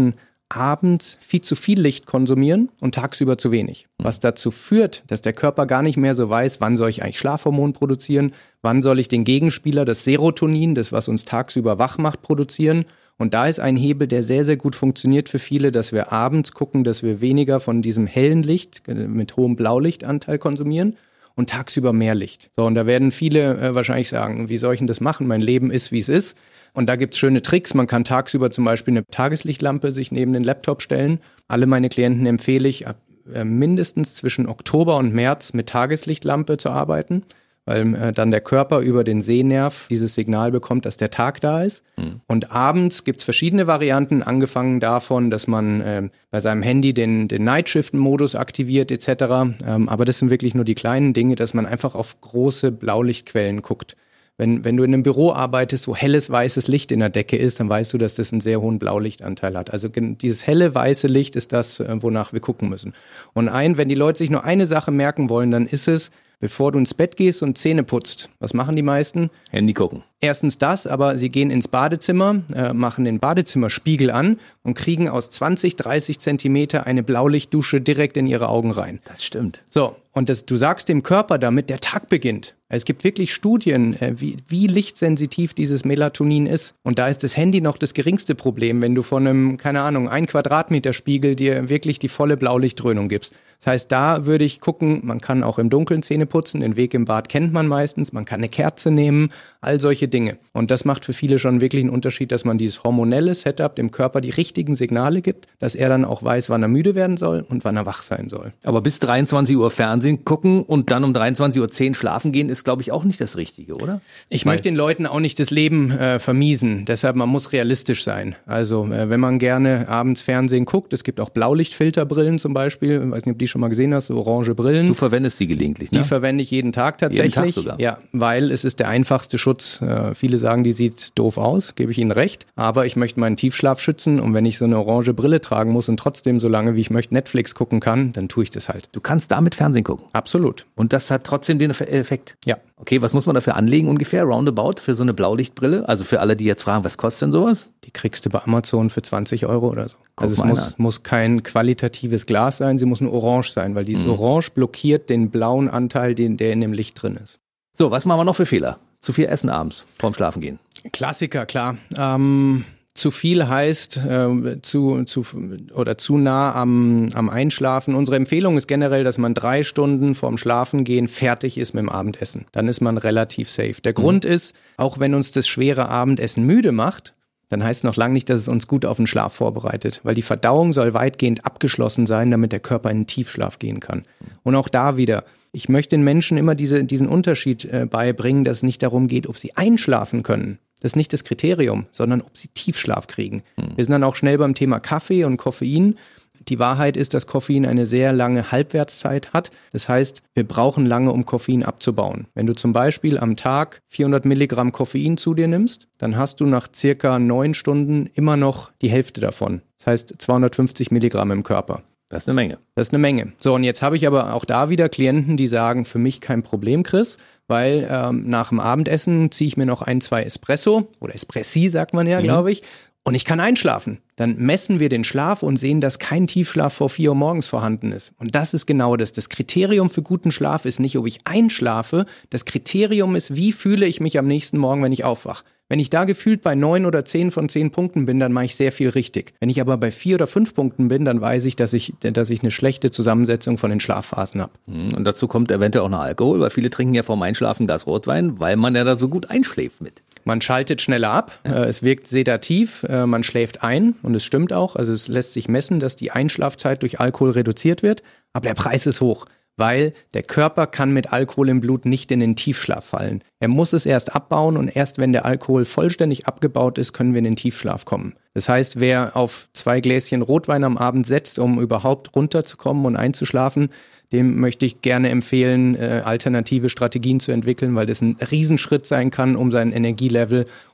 abends viel zu viel Licht konsumieren und tagsüber zu wenig. Was dazu führt, dass der Körper gar nicht mehr so weiß, wann soll ich eigentlich Schlafhormon produzieren, wann soll ich den Gegenspieler, das Serotonin, das was uns tagsüber wach macht, produzieren. Und da ist ein Hebel, der sehr, sehr gut funktioniert für viele, dass wir abends gucken, dass wir weniger von diesem hellen Licht mit hohem Blaulichtanteil konsumieren und tagsüber mehr Licht. So, und da werden viele äh, wahrscheinlich sagen, wie soll ich denn das machen? Mein Leben ist, wie es ist. Und da gibt's schöne Tricks. Man kann tagsüber zum Beispiel eine Tageslichtlampe sich neben den Laptop stellen. Alle meine Klienten empfehle ich, ab, äh, mindestens zwischen Oktober und März mit Tageslichtlampe zu arbeiten, weil äh, dann der Körper über den Sehnerv dieses Signal bekommt, dass der Tag da ist. Mhm. Und abends gibt's verschiedene Varianten, angefangen davon, dass man äh, bei seinem Handy den, den Night-Shift-Modus aktiviert et cetera. Ähm, aber das sind wirklich nur die kleinen Dinge, dass man einfach auf große Blaulichtquellen guckt. Wenn, wenn du in einem Büro arbeitest, wo helles weißes Licht in der Decke ist, dann weißt du, dass das einen sehr hohen Blaulichtanteil hat. Also dieses helle weiße Licht ist das, wonach wir gucken müssen. Und ein, wenn die Leute sich nur eine Sache merken wollen, dann ist es, bevor du ins Bett gehst und Zähne putzt. Was machen die meisten? Handy gucken. Erstens das, aber sie gehen ins Badezimmer, äh, machen den Badezimmerspiegel an und kriegen aus zwanzig, dreißig Zentimeter eine Blaulichtdusche direkt in ihre Augen rein. Das stimmt. So, und das, du sagst dem Körper damit, der Tag beginnt. Es gibt wirklich Studien, äh, wie, wie lichtsensitiv dieses Melatonin ist. Und da ist das Handy noch das geringste Problem, wenn du von einem, keine Ahnung, ein Quadratmeter Spiegel dir wirklich die volle Blaulichtdröhnung gibst. Das heißt, da würde ich gucken, man kann auch im Dunkeln Zähne putzen, den Weg im Bad kennt man meistens, man kann eine Kerze nehmen, all solche Dinge. Und das macht für viele schon wirklich einen Unterschied, dass man dieses hormonelle Setup dem Körper die richtigen Signale gibt, dass er dann auch weiß, wann er müde werden soll und wann er wach sein soll. Aber bis dreiundzwanzig Uhr Fernsehen gucken und dann um dreiundzwanzig Uhr zehn schlafen gehen, ist, glaube ich, auch nicht das Richtige, oder? Ich Weil möchte den Leuten auch nicht das Leben äh, vermiesen. Deshalb, man muss realistisch sein. Also, äh, wenn man gerne abends Fernsehen guckt, es gibt auch Blaulichtfilterbrillen zum Beispiel. Ich weiß nicht, ob die schon mal gesehen hast, so orange Brillen. Du verwendest die gelegentlich, ne? Die verwende ich jeden Tag tatsächlich. Jeden Tag sogar? Ja, weil es ist der einfachste Schutz. Äh, viele sagen, die sieht doof aus, gebe ich ihnen recht. Aber ich möchte meinen Tiefschlaf schützen und wenn ich so eine orange Brille tragen muss und trotzdem so lange, wie ich möchte, Netflix gucken kann, dann tue ich das halt. Du kannst damit Fernsehen gucken? Absolut. Und das hat trotzdem den Effekt? Ja. Okay, was muss man dafür anlegen ungefähr, roundabout, für so eine Blaulichtbrille? Also für alle, die jetzt fragen, was kostet denn sowas? Die kriegst du bei Amazon für zwanzig Euro oder so. Guck also es muss, muss kein qualitatives Glas sein, sie muss nur orange sein, weil dieses mhm. Orange blockiert den blauen Anteil, den, der in dem Licht drin ist. So, was machen wir noch für Fehler? Zu viel Essen abends vorm Schlafengehen? Klassiker, klar. Ähm, zu viel heißt äh, zu, zu oder zu nah am, am Einschlafen. Unsere Empfehlung ist generell, dass man drei Stunden vorm Schlafengehen fertig ist mit dem Abendessen. Dann ist man relativ safe. Der mhm. Grund ist, auch wenn uns das schwere Abendessen müde macht, dann heißt es noch lange nicht, dass es uns gut auf den Schlaf vorbereitet. Weil die Verdauung soll weitgehend abgeschlossen sein, damit der Körper in den Tiefschlaf gehen kann. Und auch da wieder, ich möchte den Menschen immer diese, diesen Unterschied äh, beibringen, dass es nicht darum geht, ob sie einschlafen können. Das ist nicht das Kriterium, sondern ob sie Tiefschlaf kriegen. Mhm. Wir sind dann auch schnell beim Thema Kaffee und Koffein. Die Wahrheit ist, dass Koffein eine sehr lange Halbwertszeit hat. Das heißt, wir brauchen lange, um Koffein abzubauen. Wenn du zum Beispiel am Tag vierhundert Milligramm Koffein zu dir nimmst, dann hast du nach circa neun Stunden immer noch die Hälfte davon. Das heißt zweihundertfünfzig Milligramm im Körper. Das ist eine Menge. Das ist eine Menge. So, und jetzt habe ich aber auch da wieder Klienten, die sagen, für mich kein Problem, Chris, weil ähm, nach dem Abendessen ziehe ich mir noch ein, zwei Espresso oder Espressi, sagt man ja, mhm. glaube ich, und ich kann einschlafen. Dann messen wir den Schlaf und sehen, dass kein Tiefschlaf vor vier Uhr morgens vorhanden ist. Und das ist genau das. Das Kriterium für guten Schlaf ist nicht, ob ich einschlafe. Das Kriterium ist, wie fühle ich mich am nächsten Morgen, wenn ich aufwache. Wenn ich da gefühlt bei neun oder zehn von zehn Punkten bin, dann mache ich sehr viel richtig. Wenn ich aber bei vier oder fünf Punkten bin, dann weiß ich, dass ich, dass ich eine schlechte Zusammensetzung von den Schlafphasen habe. Und dazu kommt eventuell auch noch Alkohol, weil viele trinken ja vorm Einschlafen ein Glas Rotwein, weil man ja da so gut einschläft mit. Man schaltet schneller ab, ja. Es wirkt sedativ, man schläft ein und es stimmt auch. Also es lässt sich messen, dass die Einschlafzeit durch Alkohol reduziert wird, aber der Preis ist hoch. Weil der Körper kann mit Alkohol im Blut nicht in den Tiefschlaf fallen. Er muss es erst abbauen und erst wenn der Alkohol vollständig abgebaut ist, können wir in den Tiefschlaf kommen. Das heißt, wer auf zwei Gläschen Rotwein am Abend setzt, um überhaupt runterzukommen und einzuschlafen, dem möchte ich gerne empfehlen, äh, alternative Strategien zu entwickeln, weil das ein Riesenschritt sein kann, um sein Energielevel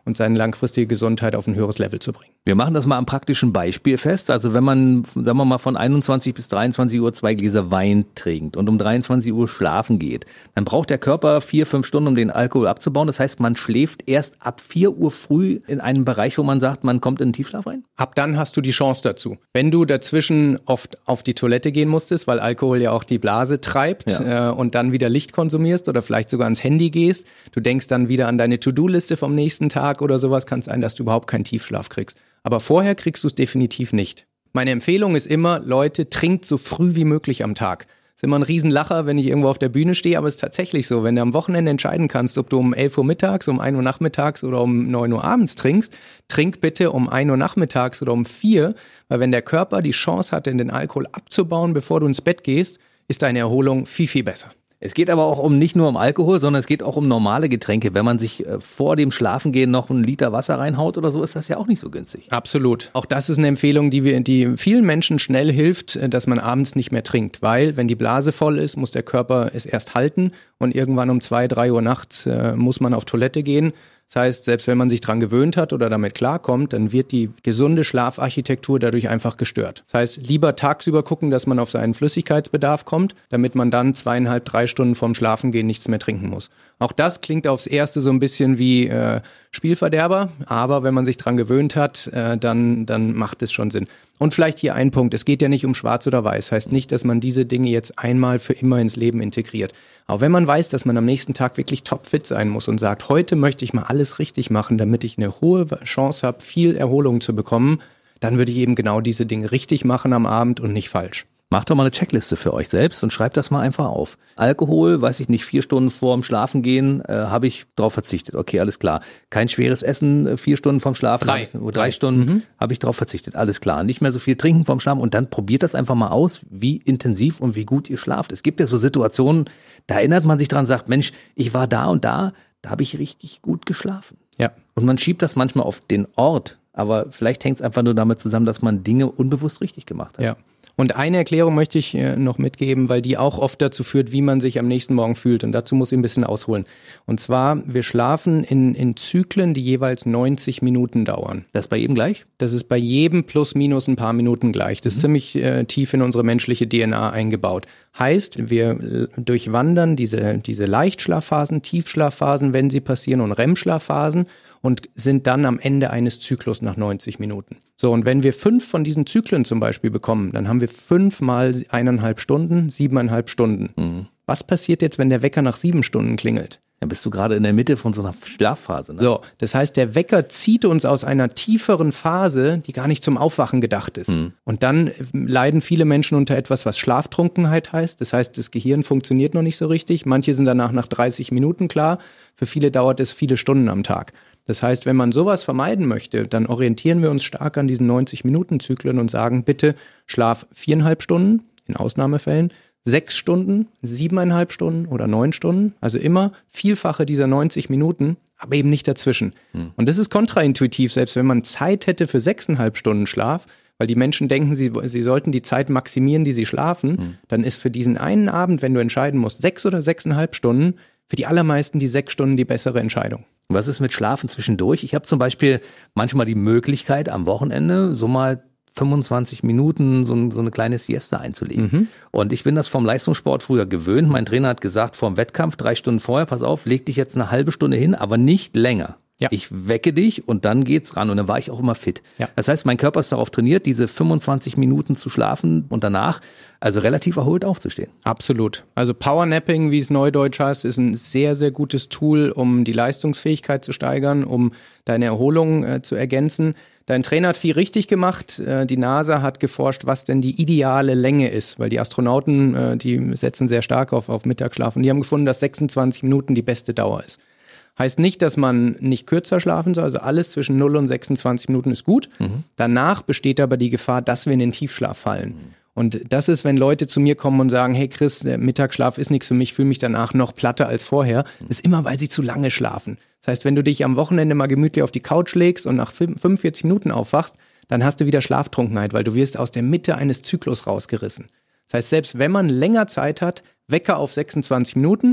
und seine langfristige Gesundheit auf ein höheres Level zu bringen. Wir machen das mal am praktischen Beispiel fest. Also wenn man, sagen wir mal, von einundzwanzig bis dreiundzwanzig Uhr zwei Gläser Wein trinkt und um dreiundzwanzig Uhr schlafen geht, dann braucht der Körper vier, fünf Stunden, um den Alkohol abzubauen. Das heißt, man schläft erst ab vier Uhr früh in einem Bereich, wo man sagt, man kommt in den Tiefschlaf rein? Ab dann hast du die Chance dazu. Wenn du dazwischen oft auf die Toilette gehen musstest, weil Alkohol ja auch die Blase treibt, ja. äh, und dann wieder Licht konsumierst oder vielleicht sogar ans Handy gehst, du denkst dann wieder an deine To-Do-Liste vom nächsten Tag oder sowas, kann es sein, dass du überhaupt keinen Tiefschlaf kriegst. Aber vorher kriegst du es definitiv nicht. Meine Empfehlung ist immer, Leute, trinkt so früh wie möglich am Tag. Ist immer ein Riesenlacher, wenn ich irgendwo auf der Bühne stehe, aber es ist tatsächlich so. Wenn du am Wochenende entscheiden kannst, ob du um elf Uhr mittags, um ein Uhr nachmittags oder um neun Uhr abends trinkst, trink bitte um ein Uhr nachmittags oder um vier, weil wenn der Körper die Chance hat, den Alkohol abzubauen, bevor du ins Bett gehst, ist deine Erholung viel, viel besser. Es geht aber auch um nicht nur um Alkohol, sondern es geht auch um normale Getränke. Wenn man sich vor dem Schlafengehen noch einen Liter Wasser reinhaut oder so, ist das ja auch nicht so günstig. Absolut. Auch das ist eine Empfehlung, die wir, die vielen Menschen schnell hilft, dass man abends nicht mehr trinkt. Weil, wenn die Blase voll ist, muss der Körper es erst halten und irgendwann um zwei, drei Uhr nachts äh, muss man auf Toilette gehen. Das heißt, selbst wenn man sich dran gewöhnt hat oder damit klarkommt, dann wird die gesunde Schlafarchitektur dadurch einfach gestört. Das heißt, lieber tagsüber gucken, dass man auf seinen Flüssigkeitsbedarf kommt, damit man dann zweieinhalb, drei Stunden vorm Schlafengehen nichts mehr trinken muss. Auch das klingt aufs Erste so ein bisschen wie äh, Spielverderber, aber wenn man sich dran gewöhnt hat, äh, dann, dann macht es schon Sinn. Und vielleicht hier ein Punkt, es geht ja nicht um schwarz oder weiß, heißt nicht, dass man diese Dinge jetzt einmal für immer ins Leben integriert. Auch wenn man weiß, dass man am nächsten Tag wirklich topfit sein muss und sagt, heute möchte ich mal alles richtig machen, damit ich eine hohe Chance habe, viel Erholung zu bekommen, dann würde ich eben genau diese Dinge richtig machen am Abend und nicht falsch. Macht doch mal eine Checkliste für euch selbst und schreibt das mal einfach auf. Alkohol, weiß ich nicht, vier Stunden vorm Schlafengehen, äh, habe ich drauf verzichtet. Okay, alles klar. Kein schweres Essen, äh, vier Stunden vorm Schlafen. Drei. Ich, drei, drei Stunden mhm. habe ich drauf verzichtet. Alles klar. Nicht mehr so viel trinken vorm Schlafen und dann probiert das einfach mal aus, wie intensiv und wie gut ihr schlaft. Es gibt ja so Situationen, da erinnert man sich dran, sagt, Mensch, ich war da und da, da habe ich richtig gut geschlafen. Ja. Und man schiebt das manchmal auf den Ort, aber vielleicht hängt es einfach nur damit zusammen, dass man Dinge unbewusst richtig gemacht hat. Ja. Und eine Erklärung möchte ich noch mitgeben, weil die auch oft dazu führt, wie man sich am nächsten Morgen fühlt. Und dazu muss ich ein bisschen ausholen. Und zwar, wir schlafen in, in Zyklen, die jeweils neunzig Minuten dauern. Das ist bei jedem gleich? Das ist bei jedem plus minus ein paar Minuten gleich. Das ist mhm. ziemlich äh, tief in unsere menschliche D N A eingebaut. Heißt, wir durchwandern diese, diese Leichtschlafphasen, Tiefschlafphasen, wenn sie passieren, und R E M-Schlafphasen und sind dann am Ende eines Zyklus nach neunzig Minuten. So, und wenn wir fünf von diesen Zyklen zum Beispiel bekommen, dann haben wir fünf mal eineinhalb Stunden, siebeneinhalb Stunden. Mhm. Was passiert jetzt, wenn der Wecker nach sieben Stunden klingelt? Dann bist du gerade in der Mitte von so einer Schlafphase. Ne? So, das heißt, der Wecker zieht uns aus einer tieferen Phase, die gar nicht zum Aufwachen gedacht ist. Mhm. Und dann leiden viele Menschen unter etwas, was Schlaftrunkenheit heißt. Das heißt, das Gehirn funktioniert noch nicht so richtig. Manche sind danach nach dreißig Minuten klar. Für viele dauert es viele Stunden am Tag. Das heißt, wenn man sowas vermeiden möchte, dann orientieren wir uns stark an diesen neunzig-Minuten-Zyklen und sagen, bitte schlaf viereinhalb Stunden, in Ausnahmefällen, sechs Stunden, siebeneinhalb Stunden oder neun Stunden. Also immer Vielfache dieser neunzig Minuten, aber eben nicht dazwischen. Hm. Und das ist kontraintuitiv, selbst wenn man Zeit hätte für sechseinhalb Stunden Schlaf, weil die Menschen denken, sie, sie sollten die Zeit maximieren, die sie schlafen, hm. dann ist für diesen einen Abend, wenn du entscheiden musst, sechs oder sechseinhalb Stunden, für die allermeisten die sechs Stunden die bessere Entscheidung. Was ist mit Schlafen zwischendurch? Ich habe zum Beispiel manchmal die Möglichkeit, am Wochenende so mal fünfundzwanzig Minuten so, so eine kleine Siesta einzulegen. Mhm. Und ich bin das vom Leistungssport früher gewöhnt. Mein Trainer hat gesagt, vorm Wettkampf, drei Stunden vorher, pass auf, leg dich jetzt eine halbe Stunde hin, aber nicht länger. Ja. Ich wecke dich und dann geht's ran. Und dann war ich auch immer fit. Ja. Das heißt, mein Körper ist darauf trainiert, diese fünfundzwanzig Minuten zu schlafen und danach also relativ erholt aufzustehen. Absolut. Also Powernapping, wie es neudeutsch heißt, ist ein sehr, sehr gutes Tool, um die Leistungsfähigkeit zu steigern, um deine Erholung äh, zu ergänzen. Dein Trainer hat viel richtig gemacht. Äh, die NASA hat geforscht, was denn die ideale Länge ist, weil die Astronauten, äh, die setzen sehr stark auf, auf Mittagsschlaf. Und die haben gefunden, dass sechsundzwanzig Minuten die beste Dauer ist. Heißt nicht, dass man nicht kürzer schlafen soll, also alles zwischen null und sechsundzwanzig Minuten ist gut. Mhm. Danach besteht aber die Gefahr, dass wir in den Tiefschlaf fallen. Mhm. Und das ist, wenn Leute zu mir kommen und sagen, hey Chris, der Mittagsschlaf ist nichts für mich, fühle mich danach noch platter als vorher. Das ist immer, weil sie zu lange schlafen. Das heißt, wenn du dich am Wochenende mal gemütlich auf die Couch legst und nach fünfundvierzig Minuten aufwachst, dann hast du wieder Schlaftrunkenheit, weil du wirst aus der Mitte eines Zyklus rausgerissen. Das heißt, selbst wenn man länger Zeit hat, Wecker auf sechsundzwanzig Minuten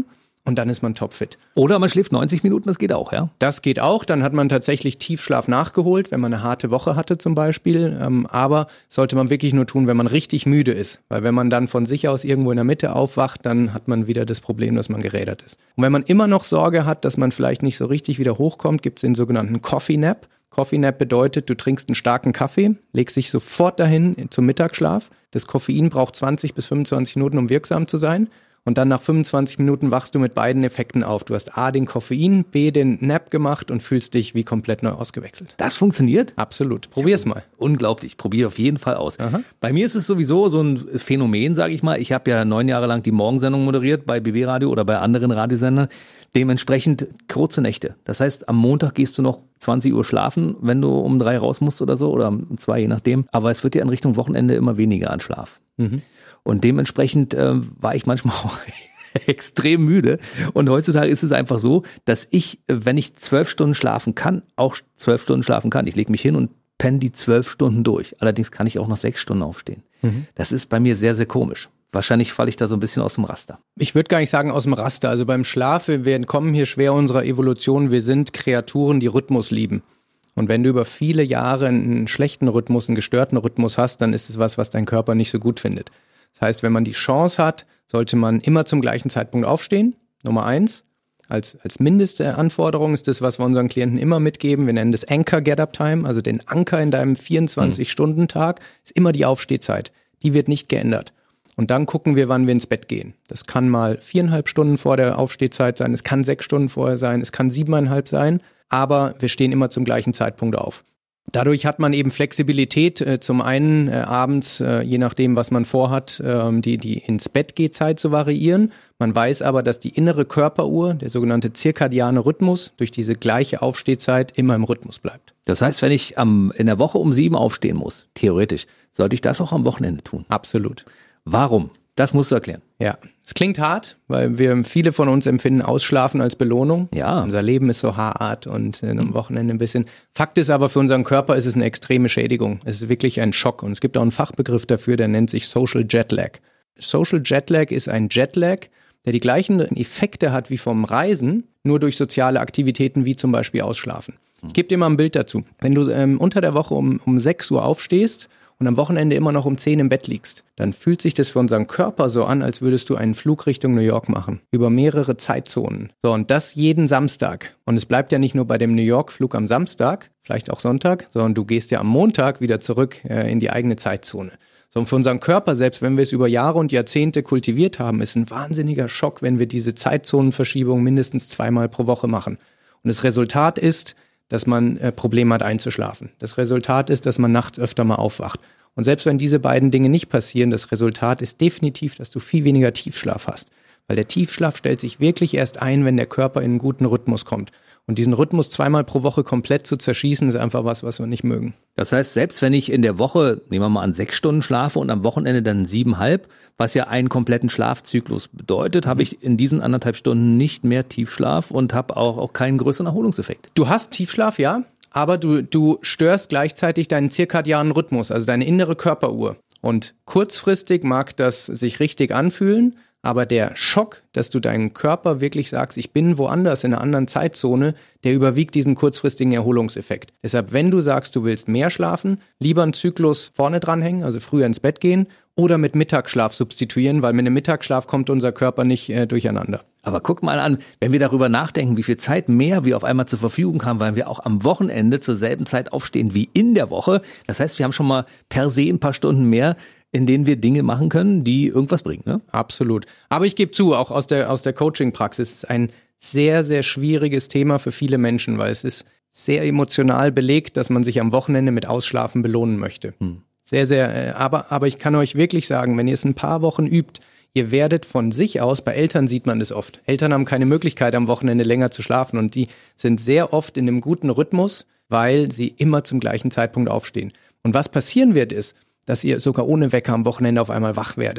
und dann ist man topfit. Oder man schläft neunzig Minuten, das geht auch, ja? Das geht auch, dann hat man tatsächlich Tiefschlaf nachgeholt, wenn man eine harte Woche hatte zum Beispiel. Ähm, aber sollte man wirklich nur tun, wenn man richtig müde ist. Weil wenn man dann von sich aus irgendwo in der Mitte aufwacht, dann hat man wieder das Problem, dass man gerädert ist. Und wenn man immer noch Sorge hat, dass man vielleicht nicht so richtig wieder hochkommt, gibt es den sogenannten Coffee Nap. Coffee Nap bedeutet, du trinkst einen starken Kaffee, legst dich sofort dahin zum Mittagsschlaf. Das Koffein braucht zwanzig bis fünfundzwanzig Minuten, um wirksam zu sein. Und dann nach fünfundzwanzig Minuten wachst du mit beiden Effekten auf. Du hast A, den Koffein, B, den Nap gemacht und fühlst dich wie komplett neu ausgewechselt. Das funktioniert? Absolut. Probier's mal. Unglaublich. Probier auf jeden Fall aus. Aha. Bei mir ist es sowieso so ein Phänomen, sage ich mal. Ich habe ja neun Jahre lang die Morgensendung moderiert bei B B Radio oder bei anderen Radiosendern. Dementsprechend kurze Nächte. Das heißt, am Montag gehst du noch zwanzig Uhr schlafen, wenn du um drei raus musst oder so, oder um zwei, je nachdem. Aber es wird ja in Richtung Wochenende immer weniger an Schlaf. Mhm. Und dementsprechend äh, war ich manchmal auch extrem müde. Und heutzutage ist es einfach so, dass ich, wenn ich zwölf Stunden schlafen kann, auch zwölf Stunden schlafen kann. Ich lege mich hin und penne die zwölf Stunden durch. Allerdings kann ich auch noch sechs Stunden aufstehen. Mhm. Das ist bei mir sehr, sehr komisch. Wahrscheinlich falle ich da so ein bisschen aus dem Raster. Ich würde gar nicht sagen aus dem Raster. Also beim Schlaf, wir entkommen hier schwer unserer Evolution. Wir sind Kreaturen, die Rhythmus lieben. Und wenn du über viele Jahre einen schlechten Rhythmus, einen gestörten Rhythmus hast, dann ist es was, was dein Körper nicht so gut findet. Das heißt, wenn man die Chance hat, sollte man immer zum gleichen Zeitpunkt aufstehen. Nummer eins. Als, als Mindestanforderung ist das, was wir unseren Klienten immer mitgeben. Wir nennen das Anchor Get-Up Time, also den Anker in deinem vierundzwanzig-Stunden-Tag, ist immer die Aufstehzeit. Die wird nicht geändert. Und dann gucken wir, wann wir ins Bett gehen. Das kann mal viereinhalb Stunden vor der Aufstehzeit sein, es kann sechs Stunden vorher sein, es kann siebeneinhalb sein, aber wir stehen immer zum gleichen Zeitpunkt auf. Dadurch hat man eben Flexibilität, äh, zum einen äh, abends, äh, je nachdem, was man vorhat, äh, die, die Ins-Bett-Geh-Zeit zu variieren. Man weiß aber, dass die innere Körperuhr, der sogenannte zirkadiane Rhythmus, durch diese gleiche Aufstehzeit immer im Rhythmus bleibt. Das heißt, wenn ich am, in der Woche um sieben aufstehen muss, theoretisch, sollte ich das auch am Wochenende tun? Absolut. Warum? Das musst du erklären. Ja, es klingt hart, weil wir viele von uns empfinden Ausschlafen als Belohnung. Ja. Unser Leben ist so hart und äh, am Wochenende ein bisschen. Fakt ist aber, für unseren Körper ist es eine extreme Schädigung. Es ist wirklich ein Schock. Und es gibt auch einen Fachbegriff dafür, der nennt sich Social Jetlag. Social Jetlag ist ein Jetlag, der die gleichen Effekte hat wie vom Reisen, nur durch soziale Aktivitäten wie zum Beispiel Ausschlafen. Ich gebe dir mal ein Bild dazu. Wenn du ähm, unter der Woche um, um sechs Uhr aufstehst und am Wochenende immer noch um zehn im Bett liegst, dann fühlt sich das für unseren Körper so an, als würdest du einen Flug Richtung New York machen. Über mehrere Zeitzonen. So, und das jeden Samstag. Und es bleibt ja nicht nur bei dem New York-Flug am Samstag, vielleicht auch Sonntag, sondern du gehst ja am Montag wieder zurück äh, in die eigene Zeitzone. So, und für unseren Körper, selbst wenn wir es über Jahre und Jahrzehnte kultiviert haben, ist ein wahnsinniger Schock, wenn wir diese Zeitzonenverschiebung mindestens zweimal pro Woche machen. Und das Resultat ist, dass man äh, Probleme hat einzuschlafen. Das Resultat ist, dass man nachts öfter mal aufwacht. Und selbst wenn diese beiden Dinge nicht passieren, das Resultat ist definitiv, dass du viel weniger Tiefschlaf hast. Weil der Tiefschlaf stellt sich wirklich erst ein, wenn der Körper in einen guten Rhythmus kommt. Und diesen Rhythmus zweimal pro Woche komplett zu zerschießen, ist einfach was, was wir nicht mögen. Das heißt, selbst wenn ich in der Woche, nehmen wir mal an, sechs Stunden schlafe und am Wochenende dann siebenhalb, was ja einen kompletten Schlafzyklus bedeutet, mhm. habe ich in diesen anderthalb Stunden nicht mehr Tiefschlaf und habe auch, auch keinen größeren Erholungseffekt. Du hast Tiefschlaf, ja, aber du, du störst gleichzeitig deinen zirkadianen Rhythmus, also deine innere Körperuhr. Und kurzfristig mag das sich richtig anfühlen, aber der Schock, dass du deinem Körper wirklich sagst, ich bin woanders in einer anderen Zeitzone, der überwiegt diesen kurzfristigen Erholungseffekt. Deshalb, wenn du sagst, du willst mehr schlafen, lieber einen Zyklus vorne dranhängen, also früher ins Bett gehen oder mit Mittagsschlaf substituieren, weil mit einem Mittagsschlaf kommt unser Körper nicht äh, durcheinander. Aber guck mal an, wenn wir darüber nachdenken, wie viel Zeit mehr wir auf einmal zur Verfügung haben, weil wir auch am Wochenende zur selben Zeit aufstehen wie in der Woche. Das heißt, wir haben schon mal per se ein paar Stunden mehr, in denen wir Dinge machen können, die irgendwas bringen. Ne? Absolut. Aber ich gebe zu, auch aus der, aus der Coaching-Praxis ist ein sehr, sehr schwieriges Thema für viele Menschen, weil es ist sehr emotional belegt, dass man sich am Wochenende mit Ausschlafen belohnen möchte. Hm. Sehr, sehr, aber, aber ich kann euch wirklich sagen, wenn ihr es ein paar Wochen übt, ihr werdet von sich aus, bei Eltern sieht man das oft. Eltern haben keine Möglichkeit, am Wochenende länger zu schlafen und die sind sehr oft in einem guten Rhythmus, weil sie immer zum gleichen Zeitpunkt aufstehen. Und was passieren wird, ist, dass ihr sogar ohne Wecker am Wochenende auf einmal wach werdet.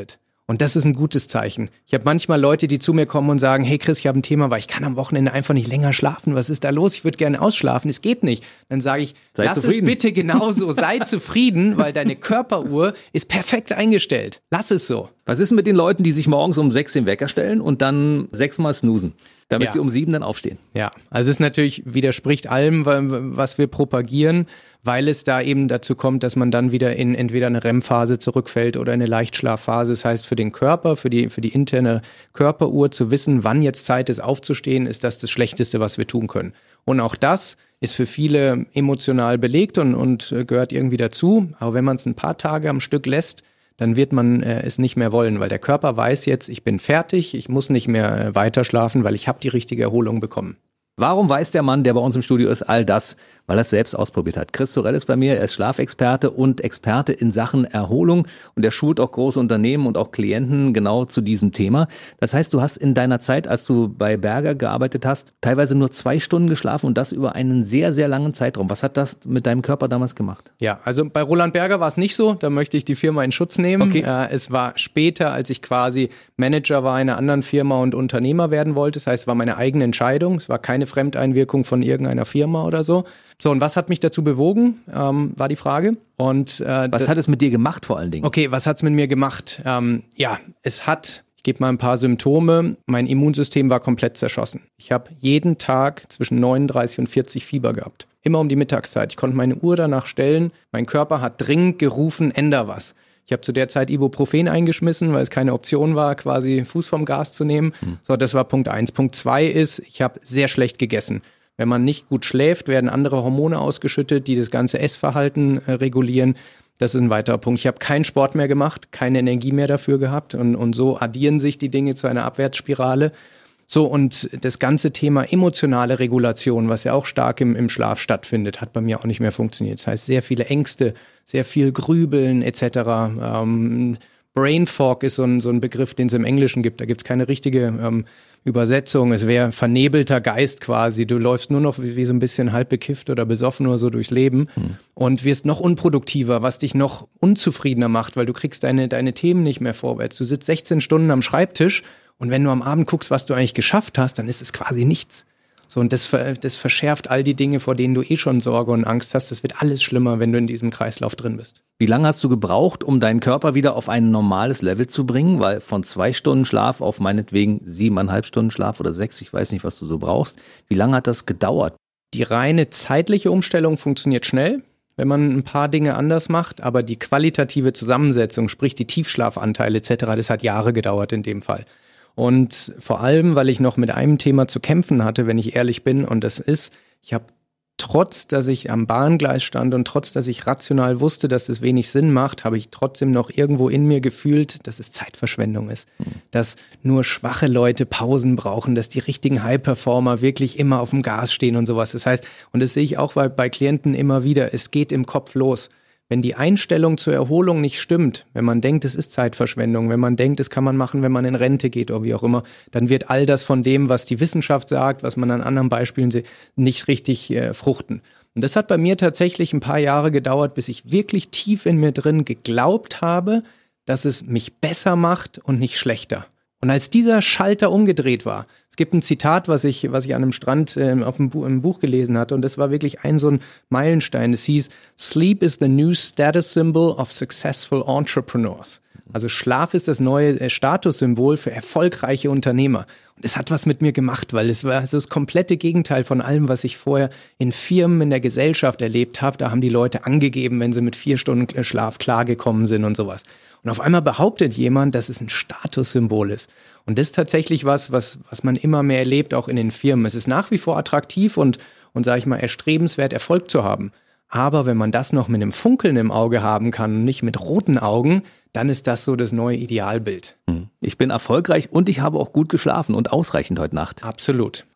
Und das ist ein gutes Zeichen. Ich habe manchmal Leute, die zu mir kommen und sagen, hey Chris, ich habe ein Thema, weil ich kann am Wochenende einfach nicht länger schlafen. Was ist da los? Ich würde gerne ausschlafen. Es geht nicht. Dann sage ich, sei lass zufrieden. Es bitte genauso. Sei zufrieden, weil deine Körperuhr ist perfekt eingestellt. Lass es so. Was ist denn mit den Leuten, die sich morgens um sechs den Wecker stellen und dann sechsmal snoosen, damit ja. sie um sieben dann aufstehen? Ja, also es natürlich widerspricht allem, was wir propagieren, weil es da eben dazu kommt, dass man dann wieder in entweder eine R E M-Phase zurückfällt oder in eine Leichtschlafphase. Das heißt, für den Körper, für die, für die interne Körperuhr zu wissen, wann jetzt Zeit ist aufzustehen, ist das das Schlechteste, was wir tun können. Und auch das ist für viele emotional belegt und, und gehört irgendwie dazu. Aber wenn man es ein paar Tage am Stück lässt, dann wird man äh, es nicht mehr wollen, weil der Körper weiß jetzt, ich bin fertig, ich muss nicht mehr äh, weiter schlafen, weil ich habe die richtige Erholung bekommen. Warum weiß der Mann, der bei uns im Studio ist, all das? Weil er es selbst ausprobiert hat. Chris Sorel ist bei mir, er ist Schlafexperte und Experte in Sachen Erholung und er schult auch große Unternehmen und auch Klienten genau zu diesem Thema. Das heißt, du hast in deiner Zeit, als du bei Berger gearbeitet hast, teilweise nur zwei Stunden geschlafen und das über einen sehr, sehr langen Zeitraum. Was hat das mit deinem Körper damals gemacht? Ja, also bei Roland Berger war es nicht so, da möchte ich die Firma in Schutz nehmen. Okay. Äh, es war später, als ich quasi Manager war in einer anderen Firma und Unternehmer werden wollte. Das heißt, es war meine eigene Entscheidung, es war keine Fremdeinwirkung von irgendeiner Firma oder so. So, und was hat mich dazu bewogen, ähm, war die Frage. Und äh, was hat es mit dir gemacht vor allen Dingen? Okay, was hat es mit mir gemacht? Ähm, ja, es hat, ich gebe mal ein paar Symptome, mein Immunsystem war komplett zerschossen. Ich habe jeden Tag zwischen neununddreißig und vierzig Fieber gehabt. Immer um die Mittagszeit. Ich konnte meine Uhr danach stellen. Mein Körper hat dringend gerufen, änder was. Ich habe zu der Zeit Ibuprofen eingeschmissen, weil es keine Option war, quasi Fuß vom Gas zu nehmen. Hm. So, das war Punkt eins. Punkt zwei ist, ich habe sehr schlecht gegessen. Wenn man nicht gut schläft, werden andere Hormone ausgeschüttet, die das ganze Essverhalten äh, regulieren. Das ist ein weiterer Punkt. Ich habe keinen Sport mehr gemacht, keine Energie mehr dafür gehabt und, und so addieren sich die Dinge zu einer Abwärtsspirale. So, und das ganze Thema emotionale Regulation, was ja auch stark im, im Schlaf stattfindet, hat bei mir auch nicht mehr funktioniert. Das heißt, sehr viele Ängste, sehr viel Grübeln et cetera. Ähm, Brain Fog ist so ein, so ein Begriff, den es im Englischen gibt. Da gibt es keine richtige ähm, Übersetzung. Es wäre vernebelter Geist quasi. Du läufst nur noch wie, wie so ein bisschen halb bekifft oder besoffen oder so durchs Leben hm. und wirst noch unproduktiver, was dich noch unzufriedener macht, weil du kriegst deine, deine Themen nicht mehr vorwärts. Du sitzt sechzehn Stunden am Schreibtisch und wenn du am Abend guckst, was du eigentlich geschafft hast, dann ist es quasi nichts. So, und das, das verschärft all die Dinge, vor denen du eh schon Sorge und Angst hast. Das wird alles schlimmer, wenn du in diesem Kreislauf drin bist. Wie lange hast du gebraucht, um deinen Körper wieder auf ein normales Level zu bringen? Weil von zwei Stunden Schlaf auf meinetwegen siebeneinhalb Stunden Schlaf oder sechs, ich weiß nicht, was du so brauchst. Wie lange hat das gedauert? Die reine zeitliche Umstellung funktioniert schnell, wenn man ein paar Dinge anders macht. Aber die qualitative Zusammensetzung, sprich die Tiefschlafanteile et cetera, das hat Jahre gedauert in dem Fall. Und vor allem, weil ich noch mit einem Thema zu kämpfen hatte, wenn ich ehrlich bin, und das ist, ich habe trotz, dass ich am Bahngleis stand und trotz, dass ich rational wusste, dass es wenig Sinn macht, habe ich trotzdem noch irgendwo in mir gefühlt, dass es Zeitverschwendung ist. Mhm. Dass nur schwache Leute Pausen brauchen, dass die richtigen High-Performer wirklich immer auf dem Gas stehen und sowas. Das heißt, und das sehe ich auch bei, bei Klienten immer wieder, es geht im Kopf los. Wenn die Einstellung zur Erholung nicht stimmt, wenn man denkt, es ist Zeitverschwendung, wenn man denkt, es kann man machen, wenn man in Rente geht oder wie auch immer, dann wird all das von dem, was die Wissenschaft sagt, was man an anderen Beispielen sieht, nicht richtig äh, fruchten. Und das hat bei mir tatsächlich ein paar Jahre gedauert, bis ich wirklich tief in mir drin geglaubt habe, dass es mich besser macht und nicht schlechter. Und als dieser Schalter umgedreht war, es gibt ein Zitat, was ich, was ich an einem Strand äh, auf dem Bu- im Buch gelesen hatte, und das war wirklich ein so ein Meilenstein. Es hieß, Sleep is the new status symbol of successful entrepreneurs. Also Schlaf ist das neue äh, Statussymbol für erfolgreiche Unternehmer. Und es hat was mit mir gemacht, weil es war das komplette Gegenteil von allem, was ich vorher in Firmen, in der Gesellschaft erlebt habe. Da haben die Leute angegeben, wenn sie mit vier Stunden Schlaf klargekommen sind und sowas. Und auf einmal behauptet jemand, dass es ein Statussymbol ist. Und das ist tatsächlich was, was, was man immer mehr erlebt, auch in den Firmen. Es ist nach wie vor attraktiv und, und sage ich mal, erstrebenswert, Erfolg zu haben. Aber wenn man das noch mit einem Funkeln im Auge haben kann und nicht mit roten Augen, dann ist das so das neue Idealbild. Ich bin erfolgreich und ich habe auch gut geschlafen und ausreichend heute Nacht. Absolut.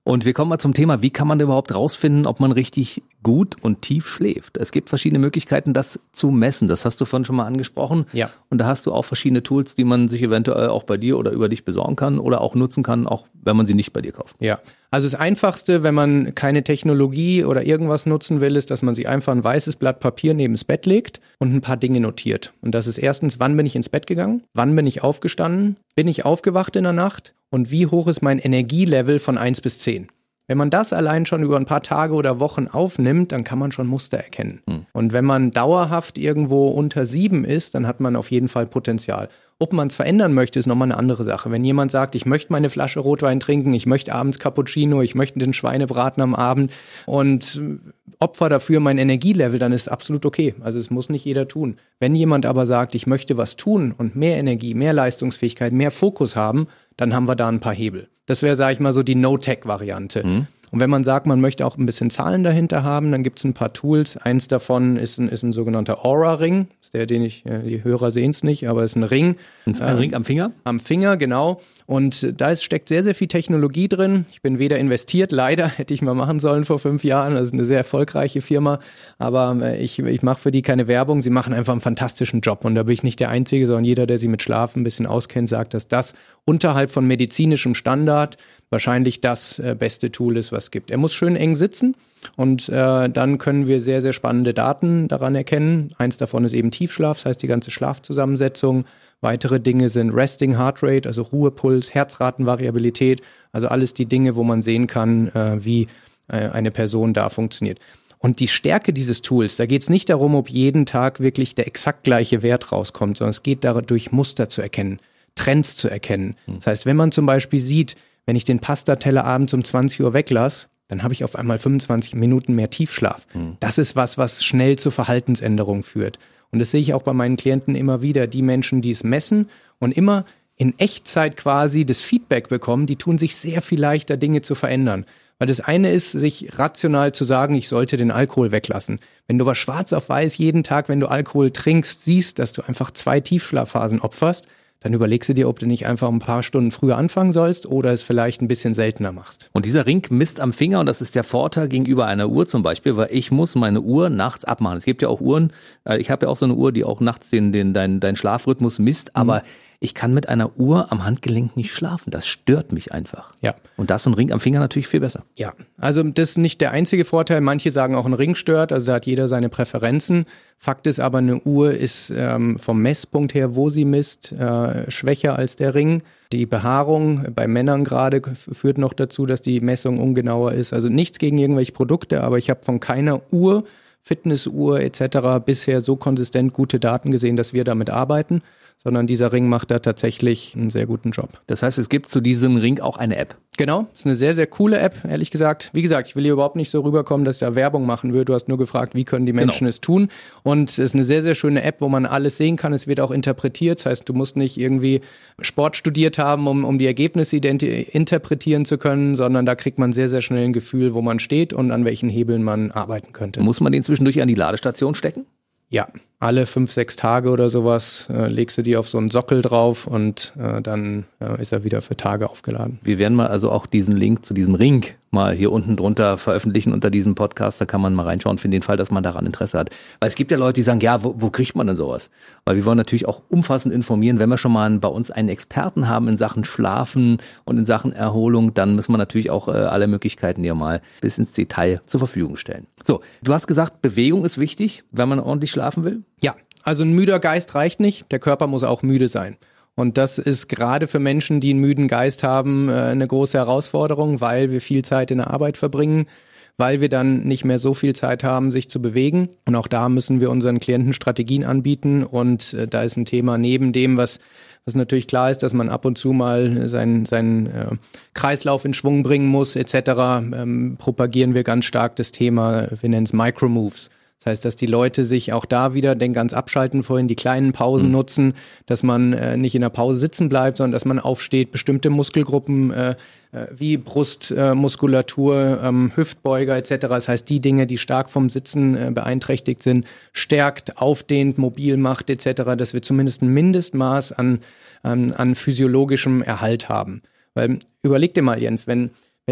Und wir kommen mal zum Thema, wie kann man überhaupt rausfinden, ob man richtig gut und tief schläft? Es gibt verschiedene Möglichkeiten, das zu messen. Das hast du vorhin schon mal angesprochen. Ja. Und da hast du auch verschiedene Tools, die man sich eventuell auch bei dir oder über dich besorgen kann oder auch nutzen kann, auch wenn man sie nicht bei dir kauft. Ja, also das Einfachste, wenn man keine Technologie oder irgendwas nutzen will, ist, dass man sich einfach ein weißes Blatt Papier neben das Bett legt und ein paar Dinge notiert. Und das ist erstens, wann bin ich ins Bett gegangen? Wann bin ich aufgestanden? Bin ich aufgewacht in der Nacht? Und wie hoch ist mein Energielevel von eins bis zehn? Wenn man das allein schon über ein paar Tage oder Wochen aufnimmt, dann kann man schon Muster erkennen. Hm. Und wenn man dauerhaft irgendwo unter sieben ist, dann hat man auf jeden Fall Potenzial. Ob man es verändern möchte, ist nochmal eine andere Sache. Wenn jemand sagt, ich möchte meine Flasche Rotwein trinken, ich möchte abends Cappuccino, ich möchte den Schweinebraten am Abend und opfer dafür mein Energielevel, dann ist es absolut okay. Also es muss nicht jeder tun. Wenn jemand aber sagt, ich möchte was tun und mehr Energie, mehr Leistungsfähigkeit, mehr Fokus haben, dann haben wir da ein paar Hebel. Das wäre, sage ich mal, so die No-Tech-Variante. Mhm. Und wenn man sagt, man möchte auch ein bisschen Zahlen dahinter haben, dann gibt es ein paar Tools. Eins davon ist ein, ist ein sogenannter Aura-Ring. Das ist der, den ich, die Hörer sehen es nicht, aber es ist ein Ring. Ein, ein äh, Ring am Finger? Am Finger, genau. Und da ist, steckt sehr, sehr viel Technologie drin. Ich bin weder investiert, leider, hätte ich mal machen sollen vor fünf Jahren. Das ist eine sehr erfolgreiche Firma, aber ich, ich mache für die keine Werbung. Sie machen einfach einen fantastischen Job und da bin ich nicht der Einzige, sondern jeder, der sich mit Schlaf ein bisschen auskennt, sagt, dass das unterhalb von medizinischem Standard wahrscheinlich das äh, beste Tool ist, was es gibt. Er muss schön eng sitzen und äh, dann können wir sehr, sehr spannende Daten daran erkennen. Eins davon ist eben Tiefschlaf, das heißt die ganze Schlafzusammensetzung. Weitere Dinge sind Resting Heart Rate, also Ruhepuls, Herzratenvariabilität, also alles die Dinge, wo man sehen kann, äh, wie äh, eine Person da funktioniert. Und die Stärke dieses Tools, da geht es nicht darum, ob jeden Tag wirklich der exakt gleiche Wert rauskommt, sondern es geht dadurch, Muster zu erkennen, Trends zu erkennen. Das heißt, wenn man zum Beispiel sieht, wenn ich den Pastateller abends um zwanzig Uhr weglasse, dann habe ich auf einmal fünfundzwanzig Minuten mehr Tiefschlaf. Mhm. Das ist was, was schnell zu Verhaltensänderungen führt. Und das sehe ich auch bei meinen Klienten immer wieder. Die Menschen, die es messen und immer in Echtzeit quasi das Feedback bekommen, die tun sich sehr viel leichter, Dinge zu verändern. Weil das eine ist, sich rational zu sagen, ich sollte den Alkohol weglassen. Wenn du aber schwarz auf weiß jeden Tag, wenn du Alkohol trinkst, siehst, dass du einfach zwei Tiefschlafphasen opferst, dann überlegst du dir, ob du nicht einfach ein paar Stunden früher anfangen sollst oder es vielleicht ein bisschen seltener machst. Und dieser Ring misst am Finger und das ist der Vorteil gegenüber einer Uhr zum Beispiel, weil ich muss meine Uhr nachts abmachen. Es gibt ja auch Uhren, ich habe ja auch so eine Uhr, die auch nachts den, den, deinen dein Schlafrhythmus misst, aber mhm. ich kann mit einer Uhr am Handgelenk nicht schlafen. Das stört mich einfach. Ja. Und das so ein Ring am Finger natürlich viel besser. Ja, also das ist nicht der einzige Vorteil. Manche sagen auch, ein Ring stört, also da hat jeder seine Präferenzen. Fakt ist aber, eine Uhr ist ähm, vom Messpunkt her, wo sie misst, äh, schwächer als der Ring. Die Behaarung bei Männern gerade führt noch dazu, dass die Messung ungenauer ist. Also nichts gegen irgendwelche Produkte, aber ich habe von keiner Uhr, Fitnessuhr et cetera bisher so konsistent gute Daten gesehen, dass wir damit arbeiten, sondern dieser Ring macht da tatsächlich einen sehr guten Job. Das heißt, es gibt zu diesem Ring auch eine App? Genau, ist eine sehr, sehr coole App, ehrlich gesagt. Wie gesagt, ich will hier überhaupt nicht so rüberkommen, dass ich da Werbung machen will. Du hast nur gefragt, wie können die Menschen genau. es tun? Und es ist eine sehr, sehr schöne App, wo man alles sehen kann. Es wird auch interpretiert. Das heißt, du musst nicht irgendwie Sport studiert haben, um, um die Ergebnisse identi- interpretieren zu können, sondern da kriegt man sehr, sehr schnell ein Gefühl, wo man steht und an welchen Hebeln man arbeiten könnte. Muss man den zwischendurch an die Ladestation stecken? Ja, alle fünf, sechs Tage oder sowas äh, legst du die auf so einen Sockel drauf und äh, dann äh, ist er wieder für Tage aufgeladen. Wir werden mal also auch diesen Link zu diesem Ring mal hier unten drunter veröffentlichen unter diesem Podcast. Da kann man mal reinschauen für den Fall, dass man daran Interesse hat. Weil es gibt ja Leute, die sagen, ja, wo, wo kriegt man denn sowas? Weil wir wollen natürlich auch umfassend informieren. Wenn wir schon mal bei uns einen Experten haben in Sachen Schlafen und in Sachen Erholung, dann müssen wir natürlich auch äh, alle Möglichkeiten hier mal bis ins Detail zur Verfügung stellen. So, du hast gesagt, Bewegung ist wichtig, wenn man ordentlich schlafen will? Ja, also ein müder Geist reicht nicht. Der Körper muss auch müde sein. Und das ist gerade für Menschen, die einen müden Geist haben, eine große Herausforderung, weil wir viel Zeit in der Arbeit verbringen, weil wir dann nicht mehr so viel Zeit haben, sich zu bewegen. Und auch da müssen wir unseren Klienten Strategien anbieten. Und da ist ein Thema neben dem, was, was natürlich klar ist, dass man ab und zu mal seinen, seinen äh, Kreislauf in Schwung bringen muss et cetera, ähm, propagieren wir ganz stark das Thema, wir nennen es Micromoves. Das heißt, dass die Leute sich auch da wieder, denk ans Abschalten vorhin, die kleinen Pausen mhm. nutzen, dass man äh, nicht in der Pause sitzen bleibt, sondern dass man aufsteht, bestimmte Muskelgruppen äh, äh, wie Brustmuskulatur, äh, ähm, Hüftbeuger et cetera. Das heißt, die Dinge, die stark vom Sitzen äh, beeinträchtigt sind, stärkt, aufdehnt, mobil macht et cetera, dass wir zumindest ein Mindestmaß an, an, an physiologischem Erhalt haben. Weil überleg dir mal, Jens, wenn, wenn du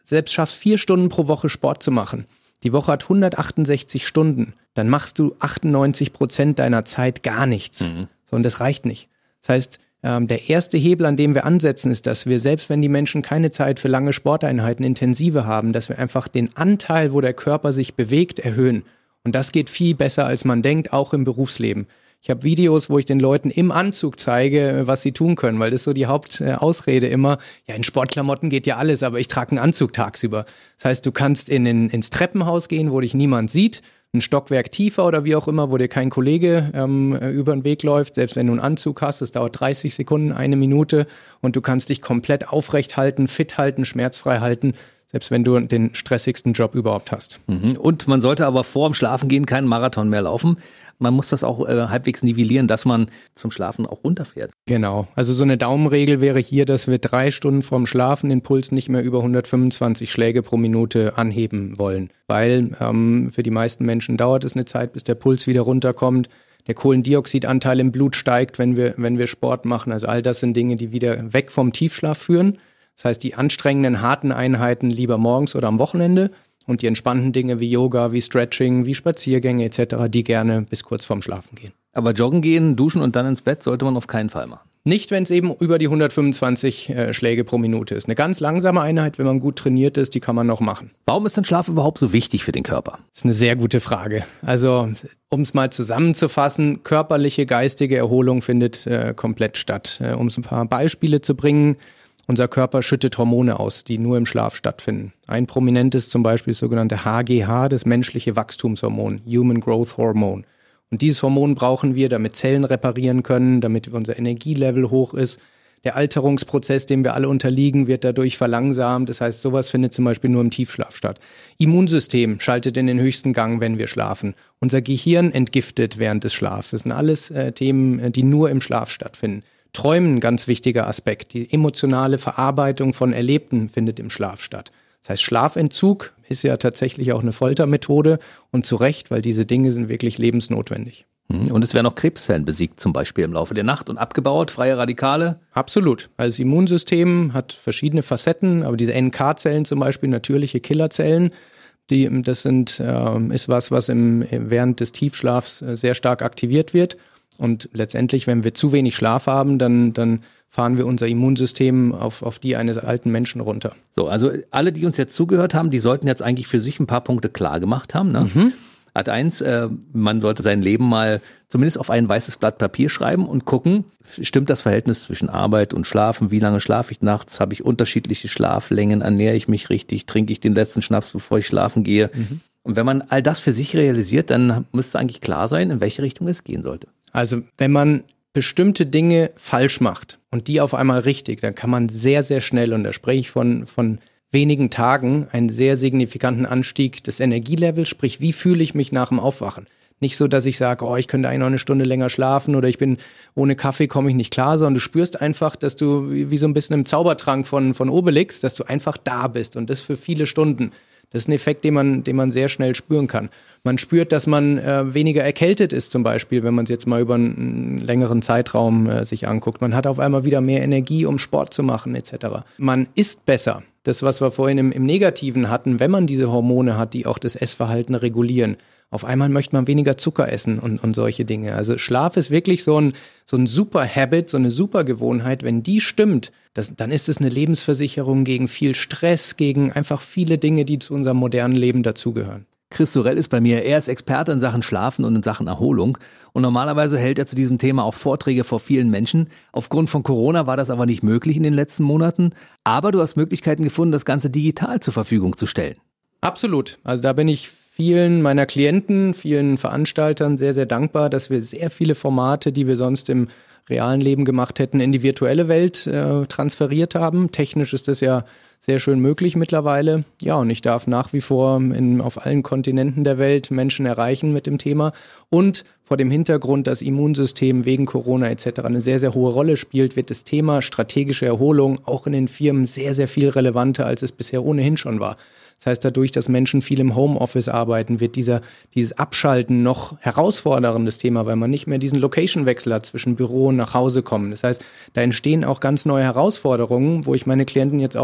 selbst schaffst, vier Stunden pro Woche Sport zu machen, die Woche hat hundertachtundsechzig Stunden, dann machst du achtundneunzig Prozent deiner Zeit gar nichts. Mhm. So, und das reicht nicht. Das heißt, ähm, der erste Hebel, an dem wir ansetzen, ist, dass wir, selbst wenn die Menschen keine Zeit für lange Sporteinheiten, intensive haben, dass wir einfach den Anteil, wo der Körper sich bewegt, erhöhen. Und das geht viel besser, als man denkt, auch im Berufsleben. Ich habe Videos, wo ich den Leuten im Anzug zeige, was sie tun können, weil das ist so die Hauptausrede immer, ja, in Sportklamotten geht ja alles, aber ich trage einen Anzug tagsüber. Das heißt, du kannst in, in, ins Treppenhaus gehen, wo dich niemand sieht, ein Stockwerk tiefer oder wie auch immer, wo dir kein Kollege ähm, über den Weg läuft, selbst wenn du einen Anzug hast, es dauert dreißig Sekunden, eine Minute und du kannst dich komplett aufrecht halten, fit halten, schmerzfrei halten, selbst wenn du den stressigsten Job überhaupt hast. Und man sollte aber vor dem Schlafengehen keinen Marathon mehr laufen. Man muss das auch äh, halbwegs nivellieren, dass man zum Schlafen auch runterfährt. Genau. Also so eine Daumenregel wäre hier, dass wir drei Stunden vorm Schlafen den Puls nicht mehr über hundertfünfundzwanzig Schläge pro Minute anheben wollen. Weil ähm, für die meisten Menschen dauert es eine Zeit, bis der Puls wieder runterkommt. Der Kohlendioxidanteil im Blut steigt, wenn wir, wenn wir Sport machen. Also all das sind Dinge, die wieder weg vom Tiefschlaf führen. Das heißt, die anstrengenden, harten Einheiten lieber morgens oder am Wochenende und die entspannten Dinge wie Yoga, wie Stretching, wie Spaziergänge et cetera, die gerne bis kurz vorm Schlafen gehen. Aber joggen gehen, duschen und dann ins Bett sollte man auf keinen Fall machen. Nicht, wenn es eben über die hundertfünfundzwanzig äh, Schläge pro Minute ist. Eine ganz langsame Einheit, wenn man gut trainiert ist, die kann man noch machen. Warum ist denn Schlaf überhaupt so wichtig für den Körper? Das ist eine sehr gute Frage. Also, um es mal zusammenzufassen, körperliche, geistige Erholung findet äh, komplett statt. Äh, um es ein paar Beispiele zu bringen: Unser Körper schüttet Hormone aus, die nur im Schlaf stattfinden. Ein prominentes zum Beispiel das sogenannte H G H, das menschliche Wachstumshormon, Human Growth Hormone. Und dieses Hormon brauchen wir, damit Zellen reparieren können, damit unser Energielevel hoch ist. Der Alterungsprozess, dem wir alle unterliegen, wird dadurch verlangsamt. Das heißt, sowas findet zum Beispiel nur im Tiefschlaf statt. Immunsystem schaltet in den höchsten Gang, wenn wir schlafen. Unser Gehirn entgiftet während des Schlafs. Das sind alles äh, Themen, die nur im Schlaf stattfinden. Träumen, ganz wichtiger Aspekt. Die emotionale Verarbeitung von Erlebten findet im Schlaf statt. Das heißt, Schlafentzug ist ja tatsächlich auch eine Foltermethode und zu Recht, weil diese Dinge sind wirklich lebensnotwendig. Und es werden auch Krebszellen besiegt, zum Beispiel im Laufe der Nacht und abgebaut, freie Radikale. Absolut. Also das Immunsystem hat verschiedene Facetten, aber diese N K-Zellen zum Beispiel, natürliche Killerzellen, die, das sind, äh, ist was, was im, während des Tiefschlafs sehr stark aktiviert wird. Und letztendlich, wenn wir zu wenig Schlaf haben, dann, dann fahren wir unser Immunsystem auf, auf die eines alten Menschen runter. So, also alle, die uns jetzt zugehört haben, die sollten jetzt eigentlich für sich ein paar Punkte klar gemacht haben. Ne? Mhm. Art eins, äh, man sollte sein Leben mal zumindest auf ein weißes Blatt Papier schreiben und gucken, stimmt das Verhältnis zwischen Arbeit und Schlafen? Wie lange schlafe ich nachts? Habe ich unterschiedliche Schlaflängen? Ernähre ich mich richtig? Trinke ich den letzten Schnaps, bevor ich schlafen gehe? Mhm. Und wenn man all das für sich realisiert, dann müsste eigentlich klar sein, in welche Richtung es gehen sollte. Also wenn man bestimmte Dinge falsch macht und die auf einmal richtig, dann kann man sehr, sehr schnell, und da spreche ich von, von wenigen Tagen, einen sehr signifikanten Anstieg des Energielevels, sprich, wie fühle ich mich nach dem Aufwachen? Nicht so, dass ich sage, oh, ich könnte eigentlich noch eine Stunde länger schlafen oder ich bin, ohne Kaffee komme ich nicht klar, sondern du spürst einfach, dass du wie, wie so ein bisschen im Zaubertrank von, von Obelix, dass du einfach da bist und das für viele Stunden. Das ist ein Effekt, den man, den man sehr schnell spüren kann. Man spürt, dass man äh, weniger erkältet ist zum Beispiel, wenn man es jetzt mal über einen, einen längeren Zeitraum äh, sich anguckt. Man hat auf einmal wieder mehr Energie, um Sport zu machen et cetera. Man isst besser. Das, was wir vorhin im, im Negativen hatten, wenn man diese Hormone hat, die auch das Essverhalten regulieren. Auf einmal möchte man weniger Zucker essen und, und solche Dinge. Also Schlaf ist wirklich so ein, so ein super Habit, so eine super Gewohnheit. Wenn die stimmt, das, dann ist es eine Lebensversicherung gegen viel Stress, gegen einfach viele Dinge, die zu unserem modernen Leben dazugehören. Chris Sorel ist bei mir. Er ist Experte in Sachen Schlafen und in Sachen Erholung. Und normalerweise hält er zu diesem Thema auch Vorträge vor vielen Menschen. Aufgrund von Corona war das aber nicht möglich in den letzten Monaten. Aber du hast Möglichkeiten gefunden, das Ganze digital zur Verfügung zu stellen. Absolut. Also da bin ich vielen meiner Klienten, vielen Veranstaltern sehr, sehr dankbar, dass wir sehr viele Formate, die wir sonst im realen Leben gemacht hätten, in die virtuelle Welt äh, transferiert haben. Technisch ist das ja sehr schön möglich mittlerweile. Ja, und ich darf nach wie vor in, auf allen Kontinenten der Welt Menschen erreichen mit dem Thema. Und vor dem Hintergrund, dass Immunsystem wegen Corona et cetera eine sehr, sehr hohe Rolle spielt, wird das Thema strategische Erholung auch in den Firmen sehr, sehr viel relevanter, als es bisher ohnehin schon war. Das heißt, dadurch, dass Menschen viel im Homeoffice arbeiten, wird dieser, dieses Abschalten noch herausforderndes Thema, weil man nicht mehr diesen Location-Wechsel hat zwischen Büro und nach Hause kommen. Das heißt, da entstehen auch ganz neue Herausforderungen, wo ich meine Klienten jetzt auch sehr gerne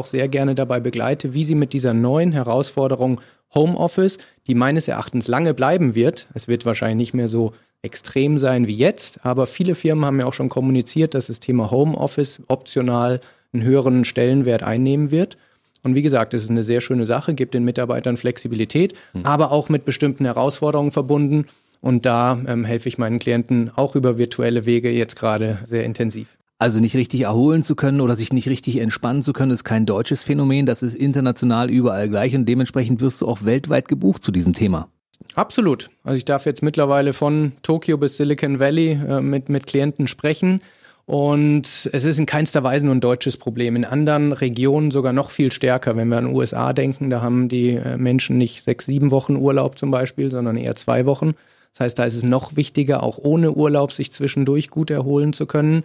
gerne dabei begleite, wie sie mit dieser neuen Herausforderung Homeoffice, die meines Erachtens lange bleiben wird, es wird wahrscheinlich nicht mehr so extrem sein wie jetzt, aber viele Firmen haben ja auch schon kommuniziert, dass das Thema Homeoffice optional einen höheren Stellenwert einnehmen wird. Und wie gesagt, das ist eine sehr schöne Sache, gibt den Mitarbeitern Flexibilität, mhm. aber auch mit bestimmten Herausforderungen verbunden. Und da ähm, helfe ich meinen Klienten auch über virtuelle Wege jetzt gerade sehr intensiv. Also nicht richtig erholen zu können oder sich nicht richtig entspannen zu können, ist kein deutsches Phänomen. Das ist international überall gleich und dementsprechend wirst du auch weltweit gebucht zu diesem Thema. Absolut. Also ich darf jetzt mittlerweile von Tokio bis Silicon Valley äh, mit, mit Klienten sprechen. Und es ist in keinster Weise nur ein deutsches Problem. In anderen Regionen sogar noch viel stärker. Wenn wir an den U S A denken, da haben die Menschen nicht sechs, sieben Wochen Urlaub zum Beispiel, sondern eher zwei Wochen. Das heißt, da ist es noch wichtiger, auch ohne Urlaub sich zwischendurch gut erholen zu können.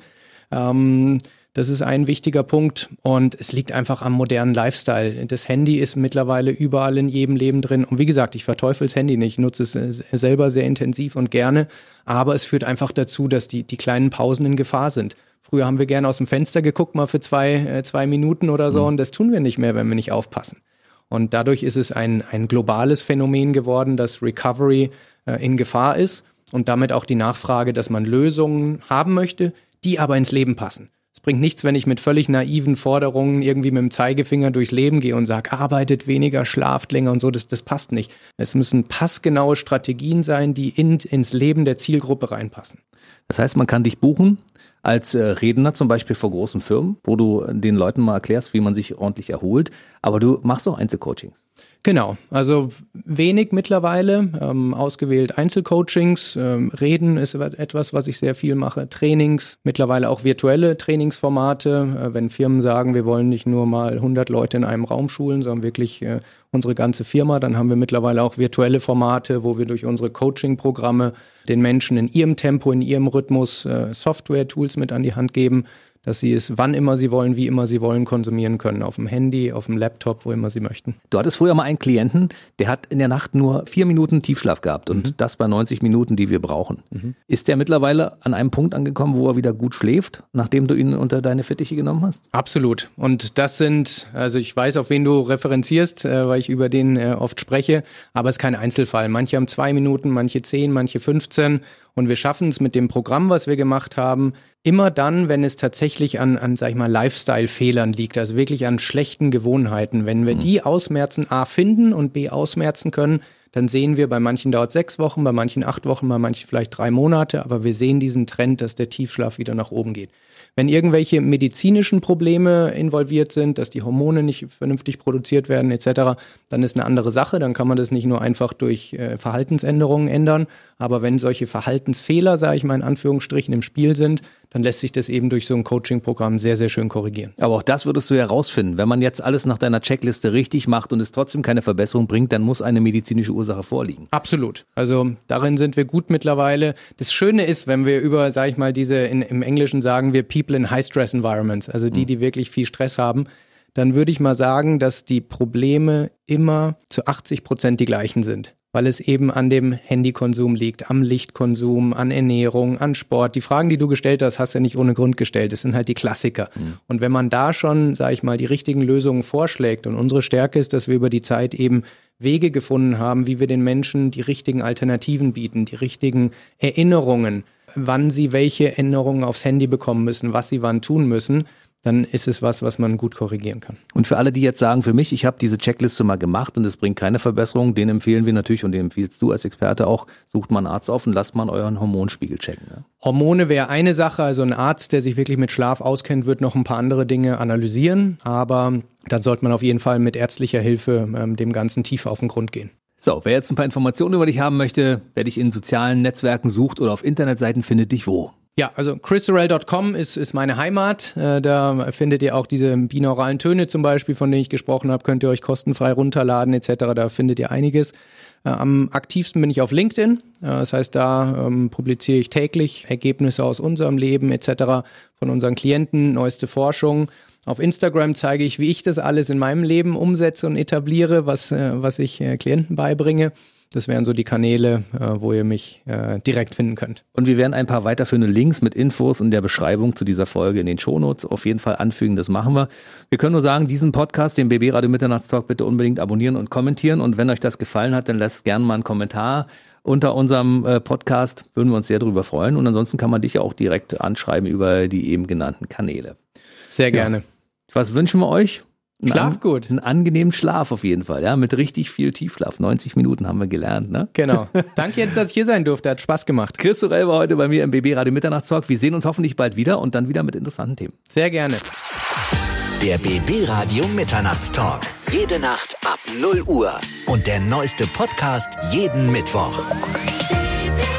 Ähm, das ist ein wichtiger Punkt und es liegt einfach am modernen Lifestyle. Das Handy ist mittlerweile überall in jedem Leben drin. Und wie gesagt, ich verteufel das Handy nicht, ich nutze es selber sehr intensiv und gerne. Aber es führt einfach dazu, dass die, die kleinen Pausen in Gefahr sind. Früher haben wir gerne aus dem Fenster geguckt, mal für zwei, äh, zwei Minuten oder so. Mhm. Und das tun wir nicht mehr, wenn wir nicht aufpassen. Und dadurch ist es ein, ein globales Phänomen geworden, dass Recovery äh, in Gefahr ist und damit auch die Nachfrage, dass man Lösungen haben möchte, die aber ins Leben passen. Es bringt nichts, wenn ich mit völlig naiven Forderungen irgendwie mit dem Zeigefinger durchs Leben gehe und sage, arbeitet weniger, schlaft länger und so, das, das passt nicht. Es müssen passgenaue Strategien sein, die in, ins Leben der Zielgruppe reinpassen. Das heißt, man kann dich buchen als äh, Redner zum Beispiel vor großen Firmen, wo du den Leuten mal erklärst, wie man sich ordentlich erholt, aber du machst auch Einzelcoachings. Genau, also wenig mittlerweile, ähm, ausgewählt Einzelcoachings, ähm, Reden ist etwas, was ich sehr viel mache, Trainings, mittlerweile auch virtuelle Trainingsformate, äh, wenn Firmen sagen, wir wollen nicht nur mal hundert Leute in einem Raum schulen, sondern wirklich äh, unsere ganze Firma, dann haben wir mittlerweile auch virtuelle Formate, wo wir durch unsere Coaching-Programme den Menschen in ihrem Tempo, in ihrem Rhythmus äh, Software-Tools mit an die Hand geben, dass sie es wann immer sie wollen, wie immer sie wollen, konsumieren können. Auf dem Handy, auf dem Laptop, wo immer sie möchten. Du hattest früher mal einen Klienten, der hat in der Nacht nur vier Minuten Tiefschlaf gehabt und mhm. das bei neunzig Minuten, die wir brauchen. Mhm. Ist der mittlerweile an einem Punkt angekommen, wo er wieder gut schläft, nachdem du ihn unter deine Fittiche genommen hast? Absolut. Und das sind, also ich weiß, auf wen du referenzierst, äh, weil ich über den äh, oft spreche, aber es ist kein Einzelfall. Manche haben zwei Minuten, manche zehn, manche fünfzehn. Und wir schaffen es mit dem Programm, was wir gemacht haben, immer dann, wenn es tatsächlich an, an sag ich mal, Lifestyle-Fehlern liegt, also wirklich an schlechten Gewohnheiten. Wenn wir die ausmerzen, A, finden und B, ausmerzen können, dann sehen wir, bei manchen dauert es sechs Wochen, bei manchen acht Wochen, bei manchen vielleicht drei Monate, aber wir sehen diesen Trend, dass der Tiefschlaf wieder nach oben geht. Wenn irgendwelche medizinischen Probleme involviert sind, dass die Hormone nicht vernünftig produziert werden et cetera, dann ist eine andere Sache. Dann kann man das nicht nur einfach durch äh, Verhaltensänderungen ändern. Aber wenn solche Verhaltensfehler, sage ich mal in Anführungsstrichen, im Spiel sind, dann lässt sich das eben durch so ein Coaching-Programm sehr, sehr schön korrigieren. Aber auch das würdest du herausfinden. Wenn man jetzt alles nach deiner Checkliste richtig macht und es trotzdem keine Verbesserung bringt, dann muss eine medizinische Ursache vorliegen. Absolut. Also darin sind wir gut mittlerweile. Das Schöne ist, wenn wir über, sage ich mal, diese, in, im Englischen sagen wir People in High-Stress-Environments, also die, die wirklich viel Stress haben, dann würde ich mal sagen, dass die Probleme immer zu achtzig Prozent die gleichen sind. Weil es eben an dem Handykonsum liegt, am Lichtkonsum, an Ernährung, an Sport. Die Fragen, die du gestellt hast, hast du ja nicht ohne Grund gestellt. Das sind halt die Klassiker. Mhm. Und wenn man da schon, sage ich mal, die richtigen Lösungen vorschlägt und unsere Stärke ist, dass wir über die Zeit eben Wege gefunden haben, wie wir den Menschen die richtigen Alternativen bieten, die richtigen Erinnerungen, wann sie welche Änderungen aufs Handy bekommen müssen, was sie wann tun müssen, dann ist es was, was man gut korrigieren kann. Und für alle, die jetzt sagen, für mich, ich habe diese Checkliste mal gemacht und es bringt keine Verbesserung, den empfehlen wir natürlich und den empfiehlst du als Experte auch, sucht mal einen Arzt auf und lasst mal euren Hormonspiegel checken. Ja? Hormone wäre eine Sache, also ein Arzt, der sich wirklich mit Schlaf auskennt, wird noch ein paar andere Dinge analysieren, aber dann sollte man auf jeden Fall mit ärztlicher Hilfe ähm, dem Ganzen tiefer auf den Grund gehen. So, wer jetzt ein paar Informationen über dich haben möchte, wer dich in sozialen Netzwerken sucht oder auf Internetseiten, findet dich wo? Ja, also chris sorrell Punkt com ist, ist meine Heimat. Äh, da findet ihr auch diese binauralen Töne zum Beispiel, von denen ich gesprochen habe, könnt ihr euch kostenfrei runterladen et cetera. Da findet ihr einiges. Äh, am aktivsten bin ich auf LinkedIn. Äh, das heißt, da ähm, publiziere ich täglich Ergebnisse aus unserem Leben et cetera, von unseren Klienten, neueste Forschung. Auf Instagram zeige ich, wie ich das alles in meinem Leben umsetze und etabliere, was, äh, was ich äh, Klienten beibringe. das wären so die Kanäle, äh, wo ihr mich äh, direkt finden könnt. Und wir werden ein paar weiterführende Links mit Infos in der Beschreibung zu dieser Folge in den Shownotes auf jeden Fall anfügen, das machen wir. Wir können nur sagen, diesen Podcast, den B B Radio Mitternachtstalk, bitte unbedingt abonnieren und kommentieren und wenn euch das gefallen hat, dann lasst gerne mal einen Kommentar unter unserem äh, Podcast, würden wir uns sehr darüber freuen und ansonsten kann man dich ja auch direkt anschreiben über die eben genannten Kanäle. Sehr gerne. Ja. Was wünschen wir euch? Schlaf gut. Einen angenehmen Schlaf auf jeden Fall, ja, mit richtig viel Tiefschlaf. neunzig Minuten haben wir gelernt, ne? Genau. Danke jetzt, dass ich hier sein durfte. Hat Spaß gemacht. Chris Sorel war heute bei mir im B B Radio Mitternachtstalk. Wir sehen uns hoffentlich bald wieder und dann wieder mit interessanten Themen. Sehr gerne. Der B B Radio Mitternachtstalk. Jede Nacht ab null Uhr. Und der neueste Podcast jeden Mittwoch. B B